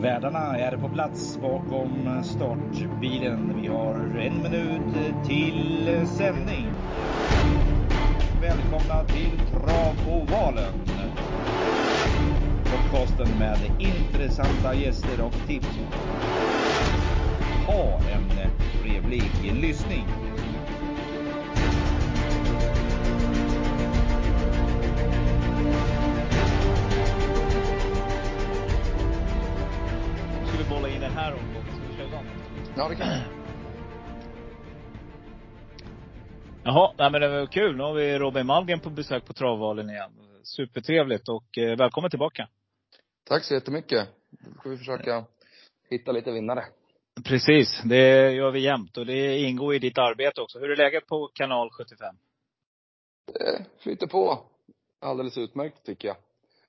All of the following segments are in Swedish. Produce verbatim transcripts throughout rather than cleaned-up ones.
Värdarna är på plats bakom startbilen. Vi har en minut till sändning. Välkomna till Travovalen. Podcasten med intressanta gäster och tips. Ha en trevlig lyssning. Bolla in den här omgången. Ska vi köra igång? Ja, det kan vi. Jaha, nej, men det var kul. Nu har vi Robin Malmgren på besök på Travvalen igen. Supertrevligt och eh, välkommen tillbaka. Tack så jättemycket. Då får vi försöka hitta lite vinnare. Precis, det gör vi jämt. Och det ingår i ditt arbete också. Hur är läget på kanal sjuttiofem? Det flyter på. Alldeles utmärkt tycker jag.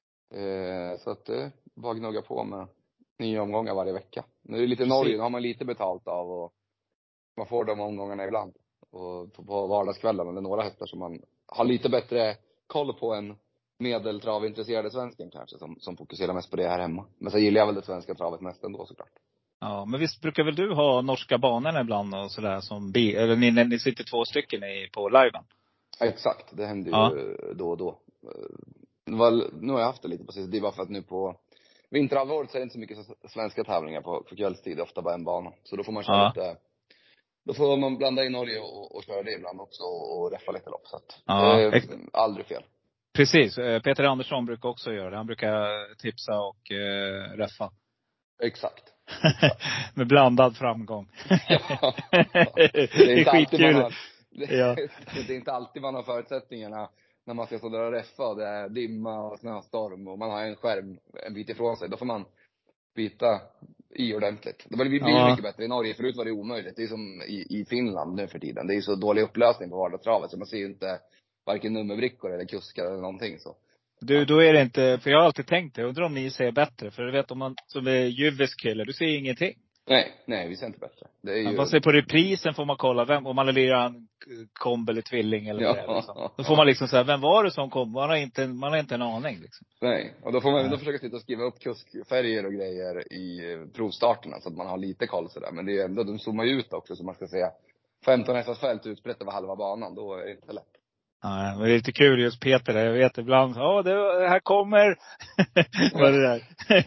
Eh, så att det eh, bara gnugga på med nya omgångar varje vecka. Nu är det lite Norge, nu har man lite betalt av och man får de omgångarna ibland. Och på vardagskvällen är det några hästar som man har lite bättre koll på än medeltravintresserade svensken kanske, som, som fokuserar mest på det här hemma. Men så gillar jag väl det svenska travet mest ändå såklart. Ja, men visst brukar väl du ha norska banorna ibland och sådär som bi, eller ni, ni sitter två stycken i, på liven? Ja, exakt, det händer ju ja. då och då. Väl, nu har jag haft det lite precis. Det är bara för att nu på vinterhalvåret så är det inte så mycket svenska tävlingar på, på kvällstid. Ofta bara en bana. Så då får man köra ja. lite. Då får man blanda i Norge och, och köra det ibland också. Och, och räffa lite lopp. Så att, ja. eh, aldrig fel. Precis, Peter Andersson brukar också göra det. Han brukar tipsa och eh, räffa. Exakt, exakt. Med blandad framgång. Ja. Det är, det är skitkul. Har, det, ja. det är inte alltid man har förutsättningarna när man ska stå där och räffa och det är dimma och snöstorm och man har en skärm en bit ifrån sig. Då får man byta i ordentligt. Det blir ja. mycket bättre i Norge. Förut var det omöjligt. Det är som i, i Finland nu för tiden. Det är så dålig upplösning på vardagstravet så man ser ju inte varken nummerbrickor eller kuskar eller någonting så. Du, då är det inte, för jag har alltid tänkt det, undrar om ni ser bättre. För du vet, om man som är juvisk kille, du ser ingenting. Nej, nej, vi ser inte bättre. Det är ju... Man ser på reprisen får man kolla vem, om man lirar en komb eller tvilling eller vad ja. det är liksom. Då får man liksom säga, vem var det som kom? Man har inte, man har inte en aning liksom. Nej, och då får man då försöka sitta och skriva upp kuskfärger och grejer i provstarterna så att man har lite koll sådär. Men det är ju ändå, de zoomar ju ut också så man ska säga femton hästars fält utbrett över halva banan. Då är det inte lätt. Ja, men det är lite kul just Peter. Jag vet ibland, ja det här kommer. Vad är det där?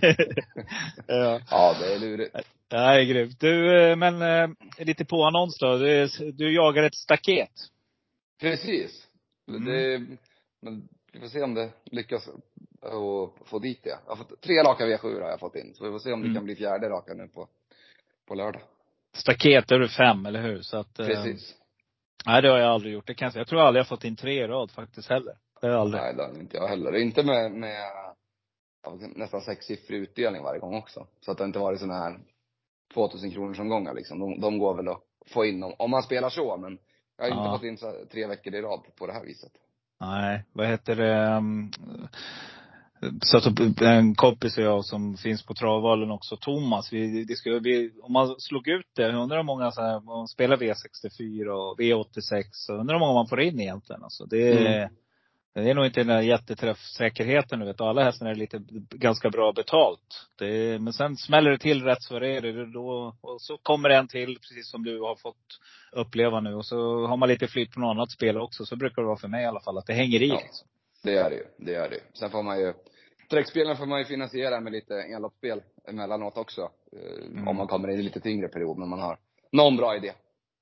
ja. ja, det är lurigt. Det är grymt. Du, men lite på annons då. Du, du jagar ett staket. Precis. Mm. Det, men vi får se om det lyckas att få dit det. Jag har fått tre raka V sju har jag fått in. Så vi får se om det mm. kan bli fjärde raka nu på, på lördag. Staket är du fem, eller hur? Så att, precis. Eh, nej, det har jag aldrig gjort. Det kan jag, jag tror aldrig jag fått in tre i rad faktiskt heller. Det har jag aldrig. Nej, det har inte jag heller. Inte med, med nästan sexsiffrig utdelning varje gång också. Så att det inte varit sådana här tvåtusen kronor som gånger liksom. De, de går väl att få in om, om man spelar så. Men jag har inte ja. fått in så, tre veckor i rad på det här viset. Nej, vad heter det? Um, så att en kompis och jag som finns på Travvalen också, Thomas, vi, det skulle, vi, om man slog ut det, jag undrar hur många så här, man spelar V sextiofyra och V åttiosex, så undrar hur många man får in egentligen. Alltså, det är, mm. det är nog inte den där jätteträffsäkerheten, du vet. Alla hästarna är lite ganska bra betalt. Det är, men sen smäller det till rätt så är det då, och så kommer det en till, precis som du har fått uppleva nu. Och så har man lite flyt på något annat spel också, så brukar det vara för mig i alla fall, att det hänger i. Ja, liksom. det är det ju, det är det. Sen får man ju, träckspelen får man ju finansiera med lite enloppsspel emellanåt också. Mm. Om man kommer in i lite tyngre period, men man har någon bra idé.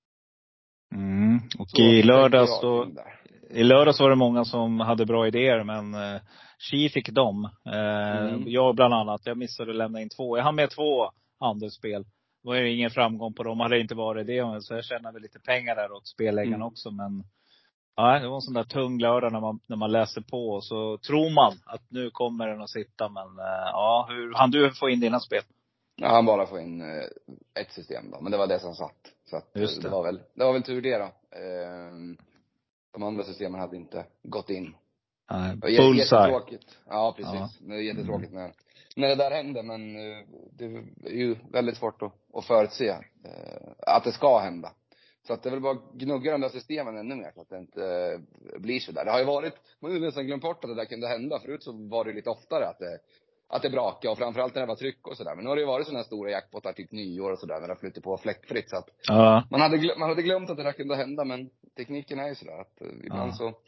Mm. Och så i lördags så, i lördags var det många som hade bra idéer, men eh, Chi fick dem. Eh, mm. Jag bland annat, jag missade att lämna in två. Jag hann med två handelsspel. Det var ju ingen framgång på dem, hade inte varit det. Så jag tjänade lite pengar där åt spelläggarna mm. också, men ja, det var en sån där tung lördag när man, när man läser på. Och så tror man att nu kommer den att sitta. Men äh, ja, hur hann du få in dina spel? Ja, han bara få in eh, ett system då. Men det var det som satt. Så att, Just det. Det, var väl, det var väl tur det då. Eh, de andra systemen hade inte gått in. Nej, det var jättetråkigt. Ja, precis. Ja. Det är jättetråkigt mm. när, när det där händer. Men eh, det är ju väldigt svårt att, att förutse eh, att det ska hända. Så att det är väl bara gnugga de där systemen ännu mer så att det inte äh, blir så där. Det har ju varit, man har ju nästan glömt bort att det där kunde hända. Förut så var det lite oftare att det, att det brakade, och framförallt när det var tryck och sådär. Men nu har det ju varit sådana stora jackpottar typ nyår och sådär, när det flyttar på fläckfritt. Så att Ja. man hade, glöm, man hade glömt att det där kunde hända, men tekniken är ju sådär att uh, ibland Ja. så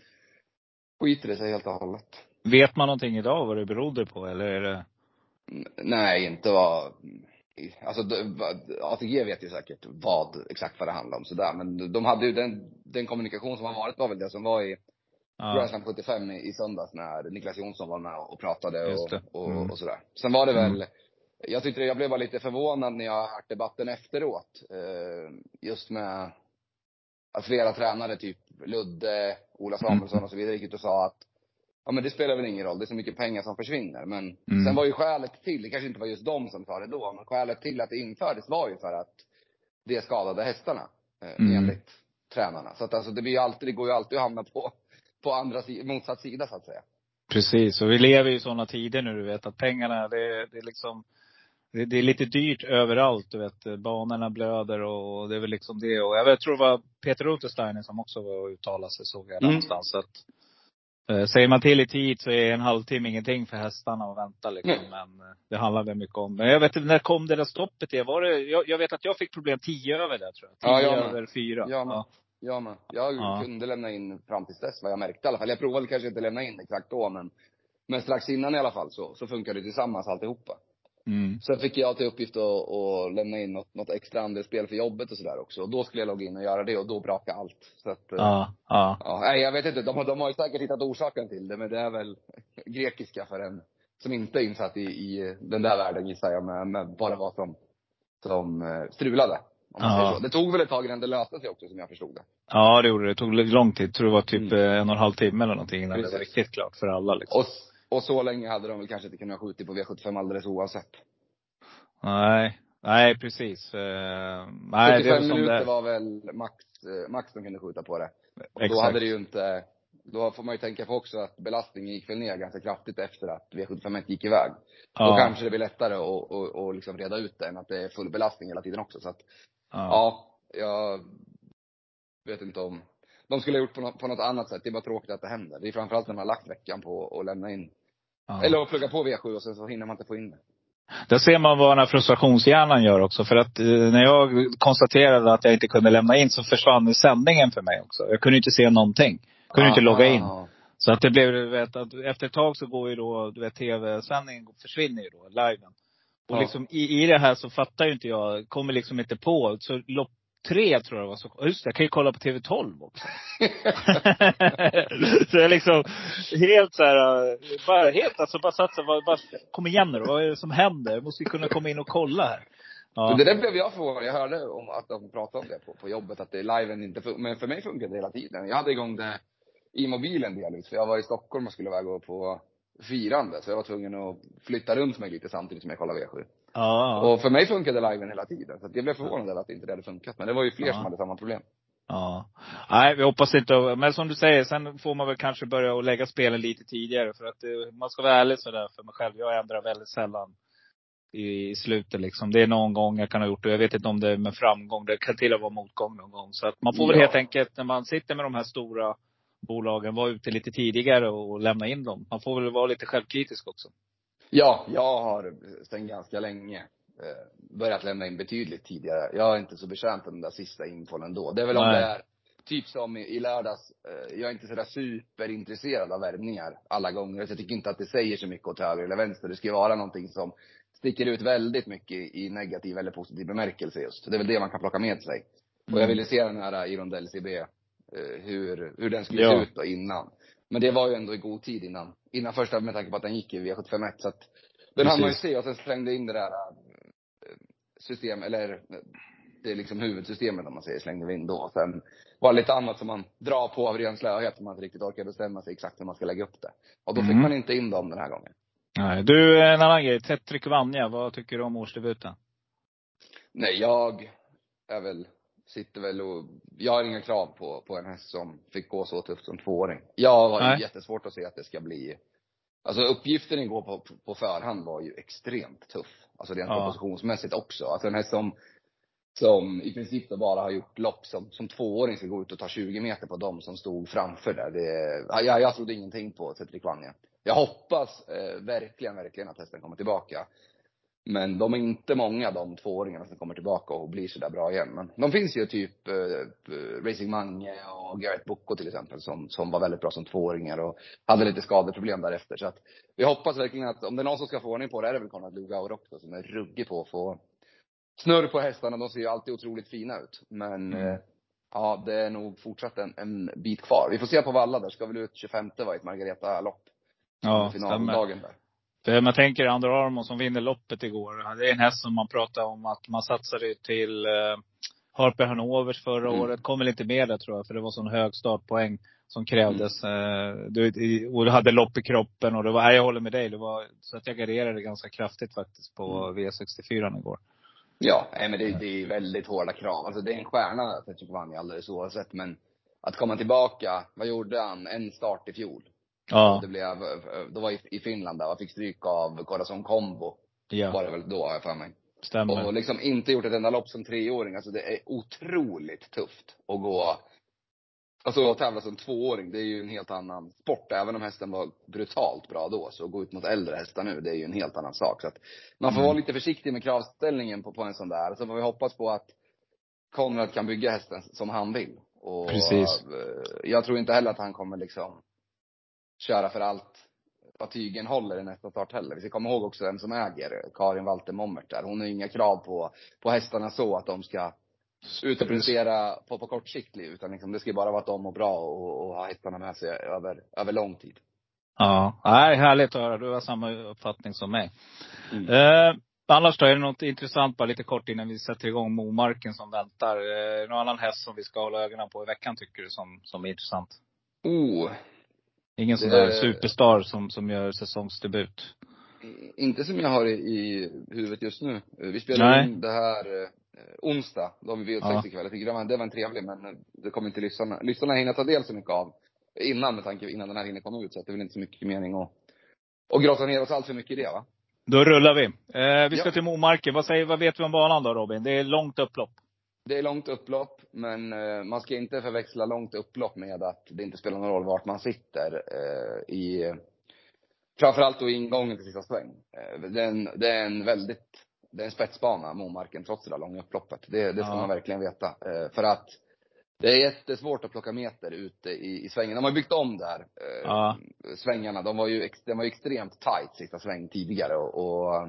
skiter det sig helt och hållet. Vet man någonting idag vad det berodde på, eller är det? N- Nej, inte vad, alltså det- vad- A T G vet ju säkert vad, exakt vad det handlar om sådär. Men de hade ju den, den kommunikation som har varit var väl det som var i Ja, Grand Slam sjuttiofem i, i söndags, när Niklas Jonsson var med och pratade just och, det. och, Mm. och sådär. Sen var det väl, Mm. jag tyckte jag blev bara lite förvånad när jag hört debatten efteråt. Eh, just med att flera tränare, typ Ludde, Ola Samuelsson och så vidare, gick ut och sa att ja, men det spelar väl ingen roll, det är så mycket pengar som försvinner. Men Mm. sen var ju skälet till, det kanske inte var just de som sa det då, men skälet till att det infördes var ju för att det skadade hästarna, eh, Mm. enligt tränarna. Så att alltså, det blir ju alltid, det går ju alltid att hamna på, på andra si- motsatt sida så att säga. Precis, och vi lever ju i sådana tider nu, du vet, att pengarna, det, det är liksom, det, det är lite dyrt överallt, du vet. Banorna blöder och det är väl liksom det. Och jag, vet, jag tror det var Peter Untersteiner som också var och uttalade sig, såg jag där Mm. någonstans. Så att, eh, säger man till i tid så är en halvtimme ingenting för hästarna att vänta liksom. Mm. Men eh, det handlar väl mycket om. Men jag vet inte, när kom det där stoppet? Det var det, jag, jag vet att jag fick problem tio över det, tror jag. Ja, Tio jag med. över fyra. Jag med. Ja. Jag med. Jag Ja. kunde lämna in fram till dess, vad jag märkte i alla fall. Jag provade kanske inte lämna in exakt då, men, men strax innan i alla fall så, så funkade det tillsammans alltihopa. Mm. Sen fick jag till uppgift att, att lämna in något, något extra andelsspel för jobbet och sådär också. Och då skulle jag logga in och göra det, och då brakade allt. Så att, Ja. Ja. ja, nej, jag vet inte. De, har- de har ju säkert hittat orsaken till det, men det är väl grekiska för en som inte är insatt i, i den där världen, gissar jag, med, med bara vad som, som eh, strulade. Om man säger Ja. så. Det tog väl ett tag innan det löste sig också, som jag förstod det. Ja, det gjorde det. Det tog lång tid. Tror det var typ Mm. eh, en och en halv timme eller någonting innan Precis. det var riktigt klart för alla liksom. Och, och så länge hade de väl kanske inte kunnat skjuta på V sjuttiofem alldeles oavsett. Nej. Nej, precis. Eh, nej, det är väl sjuttiofem som det minuter är. var väl max, eh, max de kunde skjuta på det. Och då Exakt. hade det ju inte, då får man ju tänka på också att belastningen gick väl ner ganska kraftigt efter att V sjuttiofem gick iväg. Ja. Då kanske det blir lättare att, att, att liksom reda ut det än att det är full belastning hela tiden också. Så att, Ja. ja, jag vet inte om de skulle ha gjort på något, på något annat sätt. Det är bara tråkigt att det händer. Det är framförallt när man har lagt veckan på att lämna in. Ja. Eller att plugga på V sju och sen så hinner man inte få in det. Där ser man vad den här frustrationshjärnan gör också. För att eh, när jag konstaterade att jag inte kunde lämna in så försvann sändningen för mig också. Jag kunde inte se någonting. Jag kunde Aha. inte logga in. Så att det blev, du vet, att efter ett tag så går ju då, du vet, tv-sändningen försvinner ju då, liven. Och Ja. liksom i, i det här så fattar ju inte jag, kommer liksom inte på. Så lopp tre tror jag var så, just det, jag kan ju kolla på T V tolv också. Så jag liksom helt så här, bara helt alltså bara satsa, bara, bara kom igen nu då, vad är det som händer? Jag måste ju kunna komma in och kolla här. Ja. Det där blev jag förvånad. Jag hörde om att de pratade om det på, på jobbet, att det liven inte funkar. Men för mig funkade det hela tiden. Jag hade igång det i mobilen delvis, för jag var i Stockholm och skulle iväg gå på firande. Så jag var tvungen att flytta runt mig lite samtidigt som jag kollade V sju. Ja, ja. Och för mig funkade liven hela tiden. Så jag blev förvånad över att inte det hade funkat. Men det var ju fler Ja. som hade samma problem. Ja. Nej, vi hoppas inte. Men som du säger, sen får man väl kanske börja att lägga spelen lite tidigare. För att det, man ska vara ärlig sådär för mig själv. Jag ändrar väldigt sällan i slutet liksom. Det är någon gång jag kan ha gjort det. Jag vet inte om det är med framgång. Det kan till och med vara motgång någon gång. Så att man får väl Ja. helt enkelt, när man sitter med de här stora bolagen, vara ute lite tidigare och lämna in dem. Man får väl vara lite självkritisk också. Ja, jag har sedan ganska länge eh, börjat lämna in betydligt tidigare. Jag är inte så betjänt av den där sista infon ändå. Det är väl om Nej. det är typ som i, i lördags. Eh, jag är inte sådär superintresserad av värvningar alla gånger. Jag tycker inte att det säger så mycket åt höger eller vänster. Det ska vara någonting som sticker ut väldigt mycket i negativ eller positiv bemärkelse just. Det är väl det man kan plocka med sig. Och jag ville se den här Irondell C B, eh, hur, hur den skulle Ja. se ut då innan. Men det var ju ändå i god tid innan, innan första, med tanke på att den gick i V sjuttiofem ett. Så att den hann man ju se, och sen slängde in det där äh, system, eller äh, det är liksom huvudsystemet om man säger, slängde vi in då. Sen var det lite annat som man drar på av ren slöhet, som man inte riktigt orkar bestämma sig exakt hur man ska lägga upp det. Och då fick Mm. man inte in dem den här gången. Nej. Du, en annan grej. Tetrick Vanja, vad tycker du om årsdebuten? Nej, jag är väl, sitter väl och, jag har inga krav på, på en häst som fick gå så tufft som tvååring. Jag har Nej. ju jättesvårt att se att det ska bli, alltså uppgiften igår på, på förhand var ju extremt tuff. Alltså rent Ja. propositionsmässigt också. Alltså en häst som, som i princip då bara har gjort lopp som, som tvååring ska gå ut och ta tjugo meter på dem som stod framför där. Det, jag, jag trodde ingenting på Tetrick Vanja. jag hoppas eh, verkligen, verkligen att hästen kommer tillbaka. Men de är inte många, de tvååringarna som kommer tillbaka och blir så där bra igen. Men de finns ju typ eh, Racing Mange och Garrett Bocco till exempel, som, som var väldigt bra som tvååringar och hade lite skadeproblem därefter. Så att vi hoppas verkligen att om det är någon som ska få ordning på det, är det väl Konrad Lugauer också, som är ruggig på att få snurr på hästarna. De ser ju alltid otroligt fina ut. Men Mm. eh, ja, det är nog fortsatt en, en bit kvar. Vi får se på Valla där. Ska väl ut tjugofemte var ett Margareta-lopp. Ja, finaldagen där. För man tänker Under Armour som vinner loppet igår. Det är en häst som man pratar om att man satsade till eh, Harper Hanovers förra Mm. året. Kommer inte med där tror jag. För det var sån hög startpoäng som krävdes. Mm. Eh, du, och du hade lopp i kroppen. Och det var, nej, jag håller med dig. Det var, så att jag garderade ganska kraftigt faktiskt på mm. V sextiofyra igår. Ja, nej, men det, det är väldigt hårda krav. Alltså det är en stjärna, Patrick Vanni, alldeles oavsett. Men att komma tillbaka, vad gjorde han? En start i fjol. Ja. Det blev, då var i, i Finland där, och fick stryk av Corazon Combo. Ja. Var det väl då, har jag för mig. Stämmer. Och liksom inte gjort ett enda lopp som treåring. Alltså det är otroligt tufft att gå, alltså att tävla som tvååring. Det är ju en helt annan sport. Även om hästen var brutalt bra då, så att gå ut mot äldre hästar nu, det är ju en helt annan sak. Så att man får mm. vara lite försiktig med kravställningen på, på en sån där. Så får vi hoppas på att Konrad kan bygga hästen som han vill. Och precis. Jag tror inte heller att han kommer liksom köra för allt vad tygen håller i nästa start heller. Vi ska komma ihåg också vem som äger Karin Walter Mommert där. Hon har inga krav på, på hästarna så att de ska ut och prestera på, på kort sikt. Utan liksom, det ska bara vara att de mår bra och, och ha hästarna med sig över, över lång tid. Ja, nej, härligt att höra. Du har samma uppfattning som mig. Mm. Eh, annars då, är det något intressant bara lite kort innan vi sätter igång Momarken som väntar. Eh, någon annan häst som vi ska hålla ögonen på i veckan tycker du som, som är intressant? Oh. Ingen sån där superstar som, som gör säsongsdebut? Inte som jag har i, i huvudet just nu. Vi spelar Nej. in det här eh, onsdag. Då har vi V sex ikväll. Jag tycker det var, det var en trevlig, men det kommer inte lyssnarna. Lyssnarna hinner ta del så mycket av innan, med tanke innan den här hinner komma ut. Så att det är väl inte så mycket mening att och grotta ner oss allt för mycket i det, va? Då rullar vi. Eh, vi ska ja. till Momarken. Vad säger, vad vet vi om banan då, Robin? Det är långt upplopp. Det är långt upplopp, men eh, man ska inte förväxla långt upplopp med att det inte spelar någon roll vart man sitter eh, i, framförallt då ingången till sista sväng. Eh, det, är en, det är en väldigt, det är en spetsbana, Momarken, trots det där långa upploppet. Det, det ska ja. man verkligen veta. Eh, för att det är jättesvårt att plocka meter ute i, i svängen. De har byggt om där, eh, ja. svängarna. De var ju, de var ju extremt tight sista sväng tidigare och, och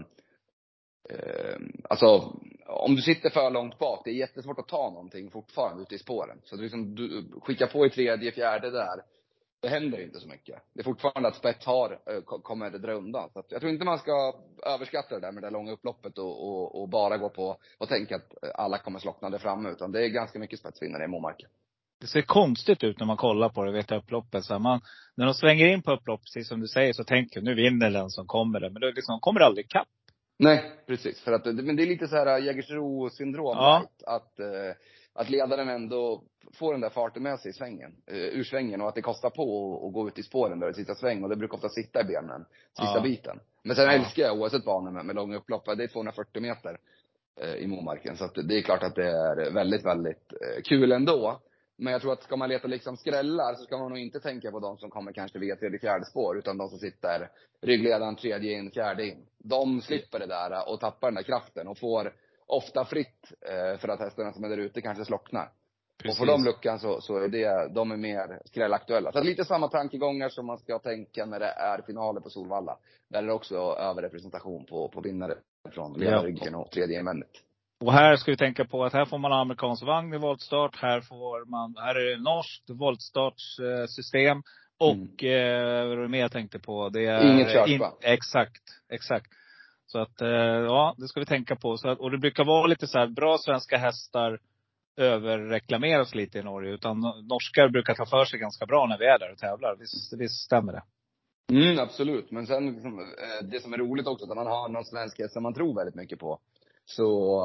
Eh, alltså, om du sitter för långt bak, det är jättesvårt att ta någonting fortfarande ute i spåren. Så du, liksom, du skickar på i tredje, fjärde där. Det händer inte så mycket. Det är fortfarande att spets har, eh, kommer det dra undan. Så att jag tror inte man ska överskatta det där med det långa upploppet och, och, och bara gå på och tänka att alla kommer slockna där framme. Utan det är ganska mycket spetsvinnare i Momarken. Det ser konstigt ut när man kollar på det, vet jag, upploppet. Så man, när de svänger in på upplopp, precis som du säger, så tänker nu vinner den som kommer där. Men det liksom, kommer aldrig kapp. Nej, precis. För att, men det är lite så här Jägersro-syndrom. Ja. Att, eh, att ledaren ändå får den där farten med sig i svängen, eh, ur svängen. Och att det kostar på att gå ut i spåren där i sista sväng. Och det brukar ofta sitta i benen, sista ja. biten. Men sen ja. älskar jag oavsett banor med, med långa upplopp. Det är tvåhundrafyrtio meter eh, i Momarken. Så att det är klart att det är väldigt, väldigt eh, kul ändå. Men jag tror att ska man leta liksom skrällar, så ska man nog inte tänka på de som kommer kanske via tredje, fjärde spår. Utan de som sitter ryggledaren, tredje in, fjärde in. De slipper det där och tappar den där kraften. Och får ofta fritt eh, för att hästarna som är där ute kanske slocknar. Precis. Och för de luckan så, så är det, de är mer skrällaktuella. Så lite samma tankegångar som man ska tänka när det är finaler på Solvalla. Där är det också överrepresentation på, på vinnare från ledarryggen och tredje invändigt. Och här ska vi tänka på att här får man amerikansk vagn i voltstart. Här får man, här är det norskt voltstartssystem. Och mm. eh, vad är det mer jag tänkte på? Det är inget körsband. Exakt, exakt. Så att eh, ja, det ska vi tänka på. Så att, och det brukar vara lite så här, bra svenska hästar överreklameras lite i Norge. Utan norskar brukar ta för sig ganska bra när vi är där och tävlar. Visst, visst stämmer det? Mm, absolut. Men sen liksom, det som är roligt också, att man har någon svensk häst som man tror väldigt mycket på. Så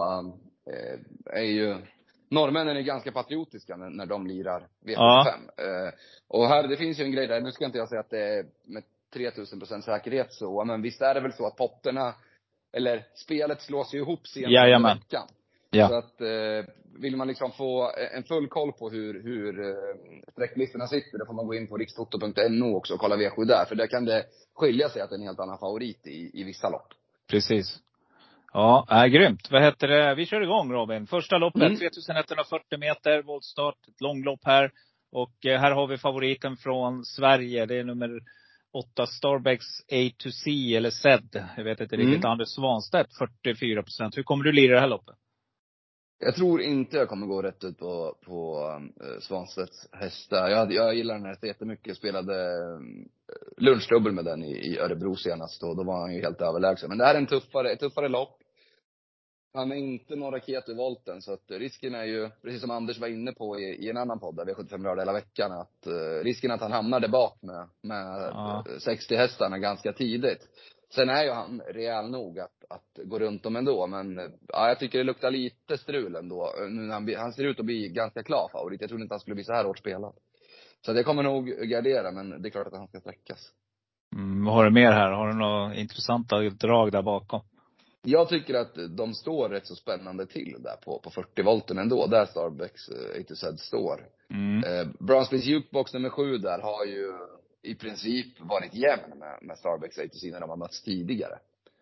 äh, är ju norrmännen är ganska patriotiska när, när de lirar V sjuttiofem. Ja. Äh, och här, det finns ju en grej där, nu ska inte jag säga att det är med tre tusen procent säkerhet så, men visst är det väl så att potterna, eller spelet slås ju ihop senare i veckan. Ja. Så att eh, vill man liksom få en full koll på hur, hur eh, sträcklistorna sitter, då får man gå in på riksfoto punkt no också och kolla V sju där. För där kan det skilja sig att det är en helt annan favorit i, i vissa lopp. Precis. Ja, är grymt. Vad heter det? Vi kör igång, Robin. Första loppet, Mm. tretusen etthundrafyrtio meter, voltstart, ett långlopp här. Och eh, här har vi favoriten från Sverige. Det är nummer åtta, Starbecks A to C, eller Z. Jag vet inte riktigt. Mm. Anders Svanstedt, fyrtiofyra procent. Hur kommer du lira det här loppet? Jag tror inte jag kommer gå rätt ut på, på uh, Svanstedts hästar. Jag, jag gillar den här hästen jättemycket. Jag spelade uh, lunchdubbel med den i, i Örebro senast. Och då var han ju helt överlägsen. Men det här är en tuffare, ett tuffare lopp. Han är inte någon raket i volten. Så att risken är ju, precis som Anders var inne på i, i en annan podd där V sjuttiofem rörde hela veckan. Att uh, risken att han hamnar där bak med, med Ja. sextio hästarna ganska tidigt. Sen är ju han rejäl nog att, att gå runt om ändå. Men ja, jag tycker det luktar lite strul ändå. Nu när han, han ser ut att bli ganska klar favorit. Jag trodde inte han skulle bli så här hårt spelad. Så det kommer nog gardera, men det är klart att han ska sträckas. Mm, vad har du mer här? Har du några intressanta drag där bakom? Jag tycker att de står rätt så spännande till där på, på fyrtio volten ändå. Där Starbecks A to Z står. Mm. Eh, Brownspeeds Jukebox nummer sju där har ju i princip varit jämn med, med Starbecks A to Z när de har mötts tidigare.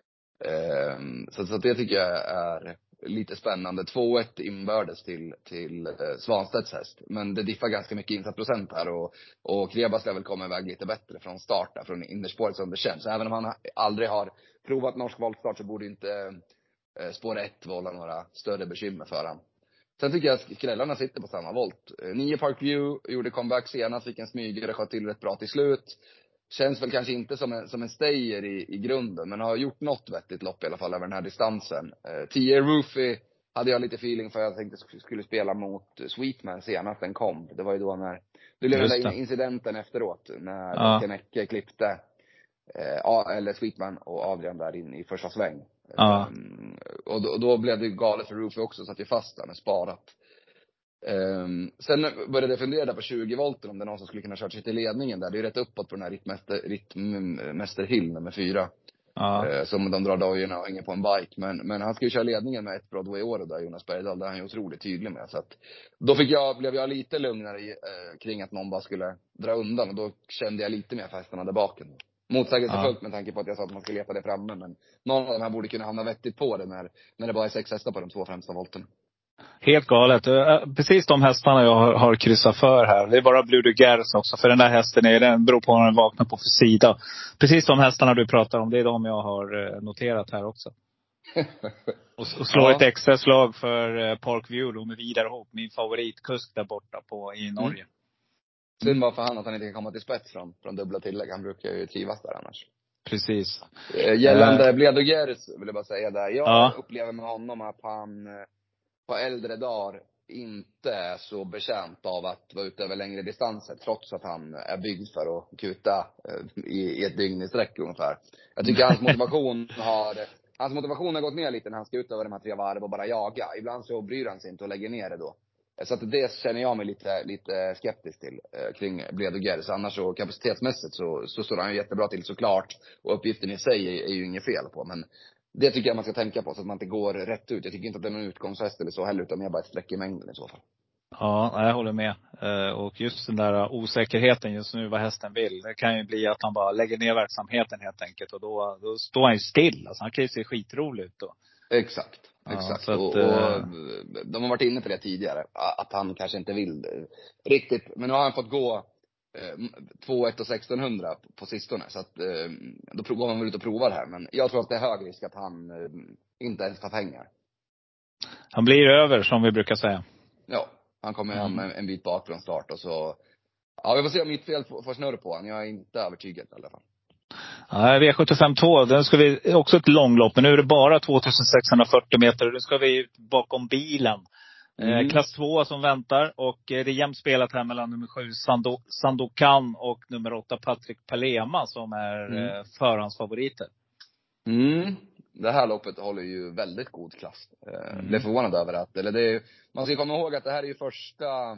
Um, så, så det tycker jag är lite spännande. två ett inbördes till, till uh, Svanstedts häst. Men det diffar ganska mycket insatt procent här. Och, och Krebas lär väl komma iväg lite bättre från start där, från innerspåret underkänd. Så även om han aldrig har provat norsk voltstart så borde inte uh, spår ett vålla några större bekymmer för han. Sen tycker jag att skrällarna sitter på samma volt. Uh, nio Park View gjorde comeback senast, fick en smygare, sköt till rätt bra till slut. Känns väl kanske inte som en, som en stayer i, i grunden, men har gjort något vettigt lopp i alla fall över den här distansen. Eh, tio Roofy hade jag lite feeling för. Jag tänkte sk- skulle spela mot Sweetman senast den kom. Det var ju då när, det blev den där incidenten efteråt, när Ja. Kenecke klippte, eh, eller Sweetman och Adrian där in i första sväng. Ja. Um, och då, då blev det galet för Roofy också, så att vi fast där med sparat. Um, sen började jag fundera på tjugo volten, om det är någon som skulle kunna köra sig till ledningen där. Det är rätt uppåt på den här Rittmäster, Rittmäster Hill nummer fyra. Ja. Uh, som de drar dojorna och hänger på en bike. Men, men han ska ju köra ledningen med ett Broadway år där, Jonas Bergdahl. Där han är otroligt tydlig med. Så att, då fick jag, blev jag lite lugnare i, uh, kring att någon bara skulle dra undan. Och då kände jag lite mer för hästarna där baken. Motsägelsefullt Ja. med tanke på att jag sa att man skulle leta det framme. Men någon av de här borde kunna hamna vettigt på det när, när det bara är sex hästar på de två främsta volterna. Helt galet. Precis de hästarna jag har, har kryssat för här. Det är bara Blue de Gers också. För den där hästen är, den beror på om den vaknar på för sida. Precis de hästarna du pratar om, det är de jag har noterat här också. Och, och slå Ja. ett extra slag för Park View då med Vidarhopp. Min favoritkusk där borta på, i Norge. Mm. Synd bara för han att han inte kan komma till spets från, från dubbla tillägg. Han brukar ju trivas där annars. Precis. Gällande uh, Bledogeres vill jag bara säga där. Jag ja. upplever med honom att han på äldre dagar inte är så bekänt av att vara ute över längre distanser. Trots att han är byggd för att kuta i, i ett dygn i sträck ungefär. Jag tycker hans motivation har Hans motivation har gått ner lite när han ska ut över de här tre varv och bara jaga. Ibland så bryr han sig inte och lägger ner det då. Så att det känner jag mig lite, lite skeptisk till eh, kring Bledogeres. Annars så kapacitetsmässigt så, så står han ju jättebra till såklart. Och uppgiften i sig är, är ju inget fel på. Men det tycker jag man ska tänka på så att man inte går rätt ut. Jag tycker inte att det är någon utgångshäst eller så heller, utan mer bara ett streck i mängden i så fall. Ja, jag håller med. Och just den där osäkerheten just nu vad hästen vill. Det kan ju bli att han bara lägger ner verksamheten helt enkelt. Och då, då står han ju still. Alltså han kan ju se skitrolig ut då. Exakt, ja, exakt. Att, och, och de har varit inne på det tidigare. Att han kanske inte vill riktigt. Men nu har han fått gå två ett och sextonhundra på sistone. Så att då provar man väl ut och provar här. Men jag tror att det är hög risk att han inte ens tar pengar. Han blir över som vi brukar säga. Ja, han kommer mm. hamna en bit bak från start. Och så, ja, vi får se om mitt fel får snurr på han. Jag är inte övertygad i alla fall. Ja, V sjuttiofem två, den ska vi, också ett långlopp. Men nu är det bara tvåtusensexhundrafyrtio meter. Och nu ska vi ut bakom bilen. Mm. Eh, klass två som väntar. Och det är jämnt spelat här mellan nummer sju Sando, Sandokan och nummer åtta Patrick Palema som är mm. eh, förhandsfavoriter. Mm. Det här loppet håller ju väldigt god klass. Eh, mm. Blev förvånad över att, eller det är, man ska komma ihåg att det här är ju första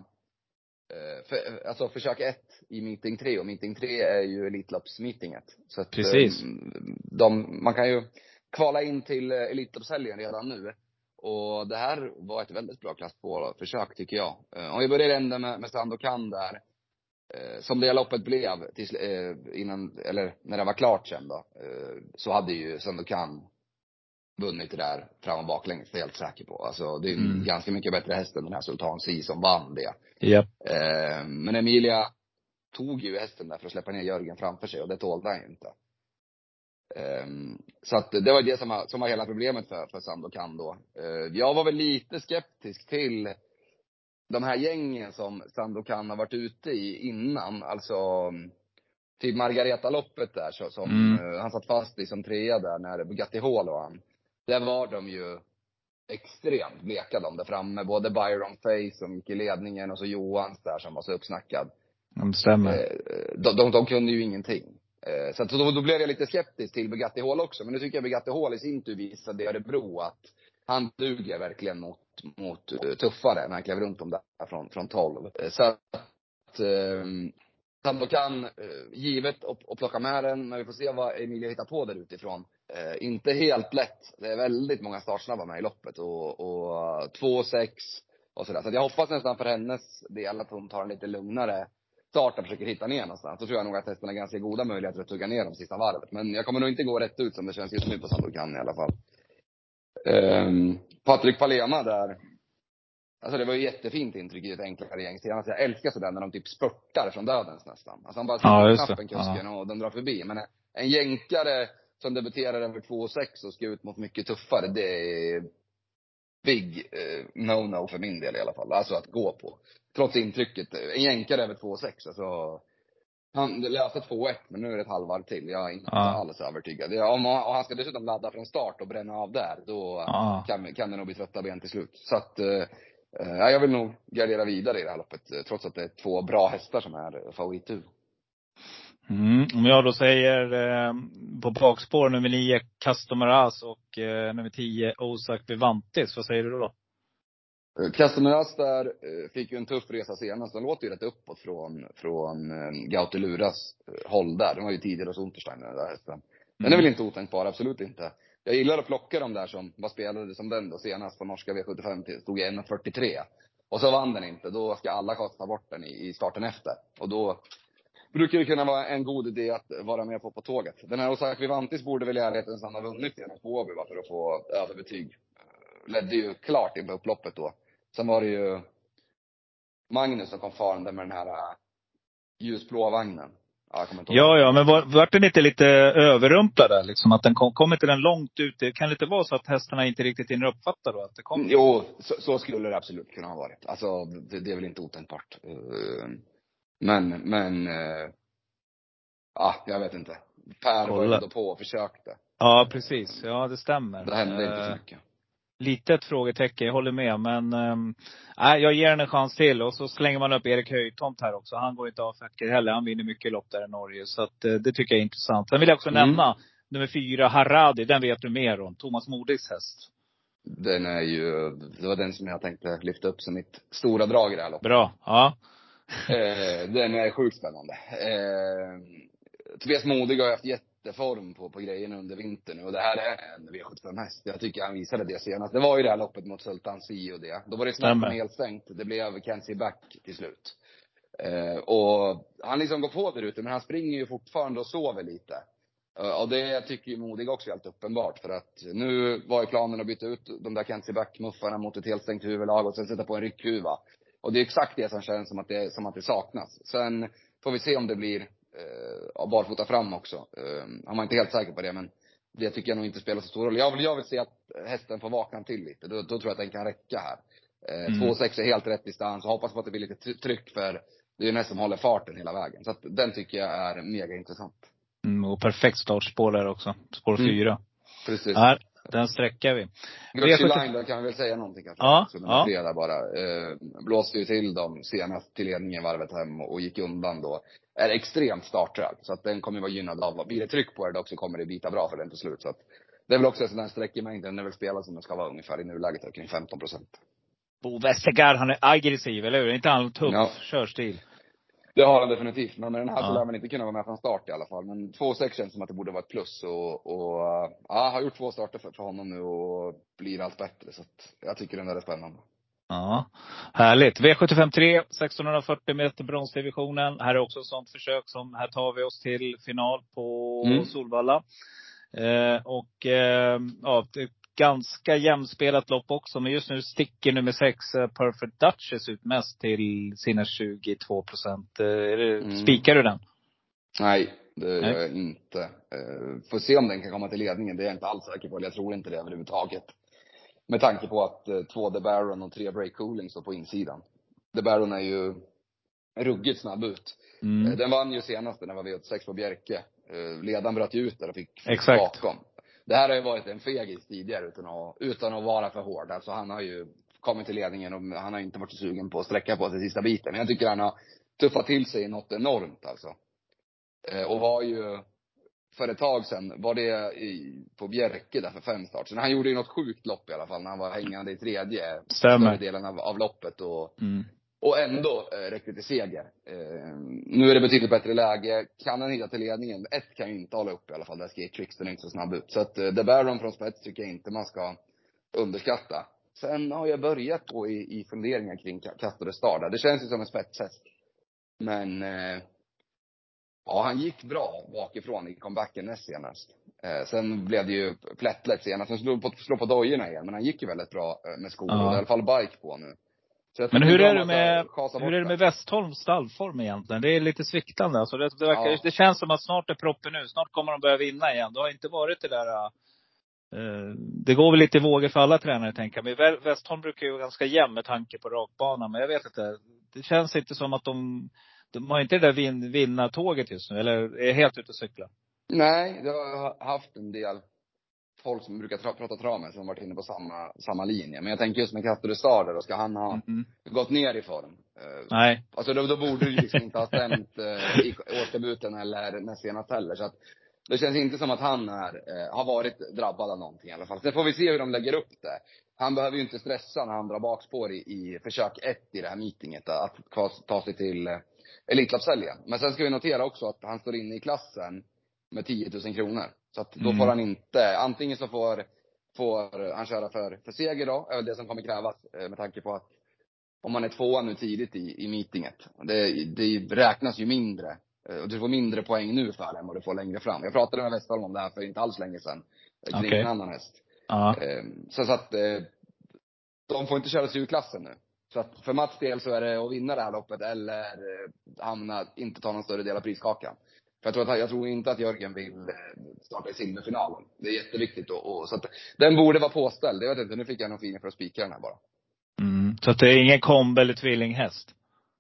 eh, för, alltså försök ett i meeting tre. Och meeting tre är ju Elitloppsmeetinget. Så att precis. Eh, de, man kan ju kvala in till Elitloppshelgen redan nu. Och det här var ett väldigt bra klass på försök tycker jag. Om vi börjar ända med, med Sandokan där. Som det loppet blev till, innan, eller när det var klart sen då. Så hade ju Sandokan vunnit det där fram och baklänges, det är jag helt säker på. Alltså det är en mm. ganska mycket bättre häst än den här Sultan Si som vann det. Yep. Eh, men Emilia tog ju hästen där för att släppa ner Jörgen framför sig och det tålde han ju inte. Eh, så att det var det som var, som var hela problemet för, för Sandokan då. Eh, jag var väl lite skeptisk till de här gängen som Sandokan har varit ute i innan. Alltså typ Margareta-loppet där så, som mm. han satt fast i som trea där när Bugatti Hall och han. Där var de ju extremt bleka de där framme. Både Byron Face som gick i ledningen och så Johans där som var så uppsnackad. De stämmer. De, de, de kunde ju ingenting. Så då, då blev jag lite skeptisk till Bugatti Hall också. Men nu tycker jag Bugatti Hall i sin tur visade i Örebro att han duger verkligen mot, mot tuffare när han klev runt om där från, från tolv. Så att um, Sandokan, uh, givet och, och plocka med den. Men vi får se vad Emilia hittar på där utifrån. Uh, inte helt lätt. Det är väldigt många startsnabba med i loppet. Och, och uh, två sex och sådär. Så att jag hoppas nästan för hennes del att hon tar en lite lugnare start och försöker hitta ner någonstans. Då tror jag nog att hästen har ganska goda möjligheter att tugga ner de sista varvet. Men jag kommer nog inte gå rätt ut som det känns just nu på Sandokan i alla fall. Um, Patrik Palema där. Alltså det var ju jättefint intryck i ett enklare gäng. Alltså jag älskar sådär när de typ spurtar från dödens nästan. Alltså han bara sätter ja, knappen kusken ja. Och den drar förbi. Men en jänkare som debuterar över två sex och ska ut mot mycket tuffare, det är big uh, no-no för min del i alla fall. Alltså att gå på. Trots intrycket, en jänkare över två sex. Alltså, han läste två ett, men nu är det ett halvvarv till. Jag är inte ja. alls övertygad. Ja, om han, och han ska dessutom ladda från start och bränna av där, då ja. kan, kan det nog bli trötta ben till slut. Så att, uh, ja, jag vill nog gardera vidare i det här loppet, trots att det är två bra hästar som är favorit. Mm, om jag då säger eh, på bakspår nummer nio Castomaras och eh, nummer tio Osak Vivantis, vad säger du då? Castomaras där eh, fick ju en tuff resa senast. De låter ju rätt uppåt från, från eh, Gauteluras eh, håll där. De var ju tidigare hos Unterstein den där hästen. Men mm. det är väl inte otänkbar, absolut inte. Jag gillar att plocka dem där som var spelade som den då senast på norska V sjuttiofem till, stod i en fyrtiotre. Och så vann den inte, då ska alla kasta bort den i, i starten efter. Och då brukar det kunna vara en god idé att vara med på på tåget. Den här Osak Vivantis borde väl i ärlighetens namn ha vunnit genom på Åby för att få överbetyg. Ledde ju klart in på upploppet då. Sen var det ju Magnus som kom farande med den här ljusblåa vagnen. Ja, ja, ja, men var, var den inte lite överrumplad liksom? Att den kom, kom inte den långt ut? Det kan lite vara så att hästarna inte riktigt hinner uppfatta då att det kom? Jo, så, så skulle det absolut kunna ha varit. Alltså, det, det är väl inte otänkbart. Men, men ja, jag vet inte. Per var ju då på och försökte. Ja, precis. Ja, det stämmer. Det hände uh, inte så mycket. Lite ett frågetecken, jag håller med. Men um, äh, jag ger den en chans till. Och så slänger man upp Erik Höjtomt här också. Han går inte av facker heller. Han vinner mycket lopp där i Norge. Så att, uh, det tycker jag är intressant. Sen vill jag också mm. nämna nummer fyra, Haradi. Den vet du mer om. Thomas Modigs häst. Den är ju, det var den som jag tänkte lyfta upp som mitt stora drag i det här loppet. Bra, ja. eh, den är sjukt spännande. Eh, Tobias Modig har haft jätteform på, på grejerna under vintern nu. Och det här är en V sjuttiofem-häst. Jag tycker han visade det senast. Det var ju det här loppet mot Sultan Si och det. Då var det snabbt och helt stängt. Det blev Kenzie Back till slut. Eh, och han liksom går på där ute. Men han springer ju fortfarande och sover lite. Och det tycker ju Modig också är helt uppenbart. För att nu var ju planen att byta ut de där Kenzie Back-muffarna mot ett helt stängt huvudlag. Och sen sätta på en ryckhuva. Och det är exakt det som känns som att det, som att det saknas. Sen får vi se om det blir Uh, barfota fram också. Uh, han var inte helt säker på det, men det tycker jag nog inte spelar så stor roll. Jag vill, jag vill se att hästen får vakna till lite. Då, då tror jag att den kan räcka här. Uh, mm. två sex är helt rätt distans. Och hoppas på att det blir lite tryck, för det är ju nästan som håller farten hela vägen. Så att den tycker jag är mega intressant. Mm, och perfekt startspår där också. Spår mm. fyra. Precis. Här, den sträcker vi. Gucci Line, då kan vi väl säga någonting kanske. Ja, så ja. Fredag bara. Uh, blåste ju till dem senast till ledningen varvet hem och gick undan då. Är extremt startröd. Så att den kommer vara gynnad av. Blir det tryck på det då så kommer det bita bra för den till slut. Så att det är väl också en sån där sträckmängd. Den är väl spelad som den ska vara ungefär i nuläget. Kring femton procent. Bo Westergaard, han är aggressiv, eller hur? Inte han tuff ja. körstil? Det har han definitivt. Men med den här Ja. så lär man inte kunna vara med från start i alla fall. Men två sex känns som att det borde vara ett plus. Och, och ja, har gjort två starter för, för honom nu och blir allt bättre. Så att jag tycker den där är spännande. Ja, härligt. V sjuttiofem tre, sextonhundrafyrtio meter bronsdivisionen. Här är också ett sånt försök som, här tar vi oss till final på Mm. Solvalla. Eh, och eh, ja, det är ett ganska jämspelat lopp också. Men just nu sticker nummer sex, eh, Perfect Duchess, ut mest till sina tjugotvå procent. Eh, är det, Mm. spikar du den? Nej, det Nej. gör jag inte. Uh, får se om den kan komma till ledningen. Det är jag inte alls säker på. Jag tror inte det överhuvudtaget. Med tanke på att uh, två The Baron och tre Break Cooling står på insidan. The Baron är ju ruggigt snabb ut. Mm. Uh, den vann ju senast när den var V åttiosex på Bjerke. Uh, ledaren bröt ju ut där och fick, fick Exakt. bakom. Det här har ju varit en fegis tidigare utan att, utan att vara för hård. Alltså han har ju kommit till ledningen och han har inte varit så sugen på att sträcka på sig sista biten. Men jag tycker han har tuffat till sig något enormt alltså. Och var ju för ett tag sedan, var det i, på Bjerke där för fem start. Så han gjorde ju något sjukt lopp i alla fall när han var hängande i tredje. Stämmer. Större delen av, av loppet och, Mm. och ändå eh, räckte till seger. Eh, nu är det betydligt bättre läge. Kan han hitta till ledningen? Ett kan ju inte hålla upp i alla fall. Där ska Trixton inte så snabb ut. Så att eh, The Baron från spets tycker jag inte man ska underskatta. Sen har jag börjat på i, i funderingar kring Castor Star där. Det känns ju som en spetshäst. Men eh, ja, han gick bra bakifrån i comebacken näst senast. Eh, sen blev det ju plättlätt senast. Han slog på, slog på dojorna igen. Men han gick ju väldigt bra eh, med skor. Ja. Och det är i alla fall bike på nu. Så Men hur är det med, hur är det med Westholms stallform egentligen? Det är lite sviktande. Alltså det, det, verkar, ja. det känns som att snart är proppen nu. Snart kommer de börja vinna igen. Det har inte varit det där. Uh, det går väl lite i vågor för alla tränare, tänker jag. Men Westholm brukar ju vara ganska jämn med tanke på rakbanan. Men jag vet inte. Det känns inte som att de, de har inte det där vin, vinnartåget just nu. Eller är helt ute och cykla? Nej, jag har haft en del folk som brukar tra- prata trav med som har varit inne på samma, samma linje. Men jag tänker just med Castor Star där, då ska han ha mm. gått ner i form. Uh, Nej. Alltså då, då borde det liksom inte ha stämt uh, i årsdebuten eller näst senast heller. Så att det känns inte som att han är, uh, har varit drabbad av någonting i alla fall. Sen får vi se hur de lägger upp det. Han behöver ju inte stressa när han drar bakspår i, i försök ett i det här meetinget. Att ta sig till uh, Elitloppshelgen. Men sen ska vi notera också att han står inne i klassen med tio tusen kronor. Så att då mm. får han inte, antingen så får, får han köra för, för seger då, är det som kommer krävas med tanke på att om man är tvåa nu tidigt i, i meetinget. Det, det räknas ju mindre. Och du får mindre poäng nu för än vad du får längre fram. Jag pratade med Westholm om det här för inte alls länge sedan. Kring okay. en annan häst. Uh-huh. Så, så att de får inte köra sig ur klassen nu. Så att för Mats del så är det att vinna det här loppet eller hamna, inte ta någon större del av priskakan. För jag tror, att, jag tror inte att Jörgen vill starta i silverfinalen. Det är jätteviktigt. Och, och, så att den borde vara påställd. Jag vet inte, nu fick jag någon fin för att spika den här bara. Mm, så att det är ingen komb eller tvillinghäst?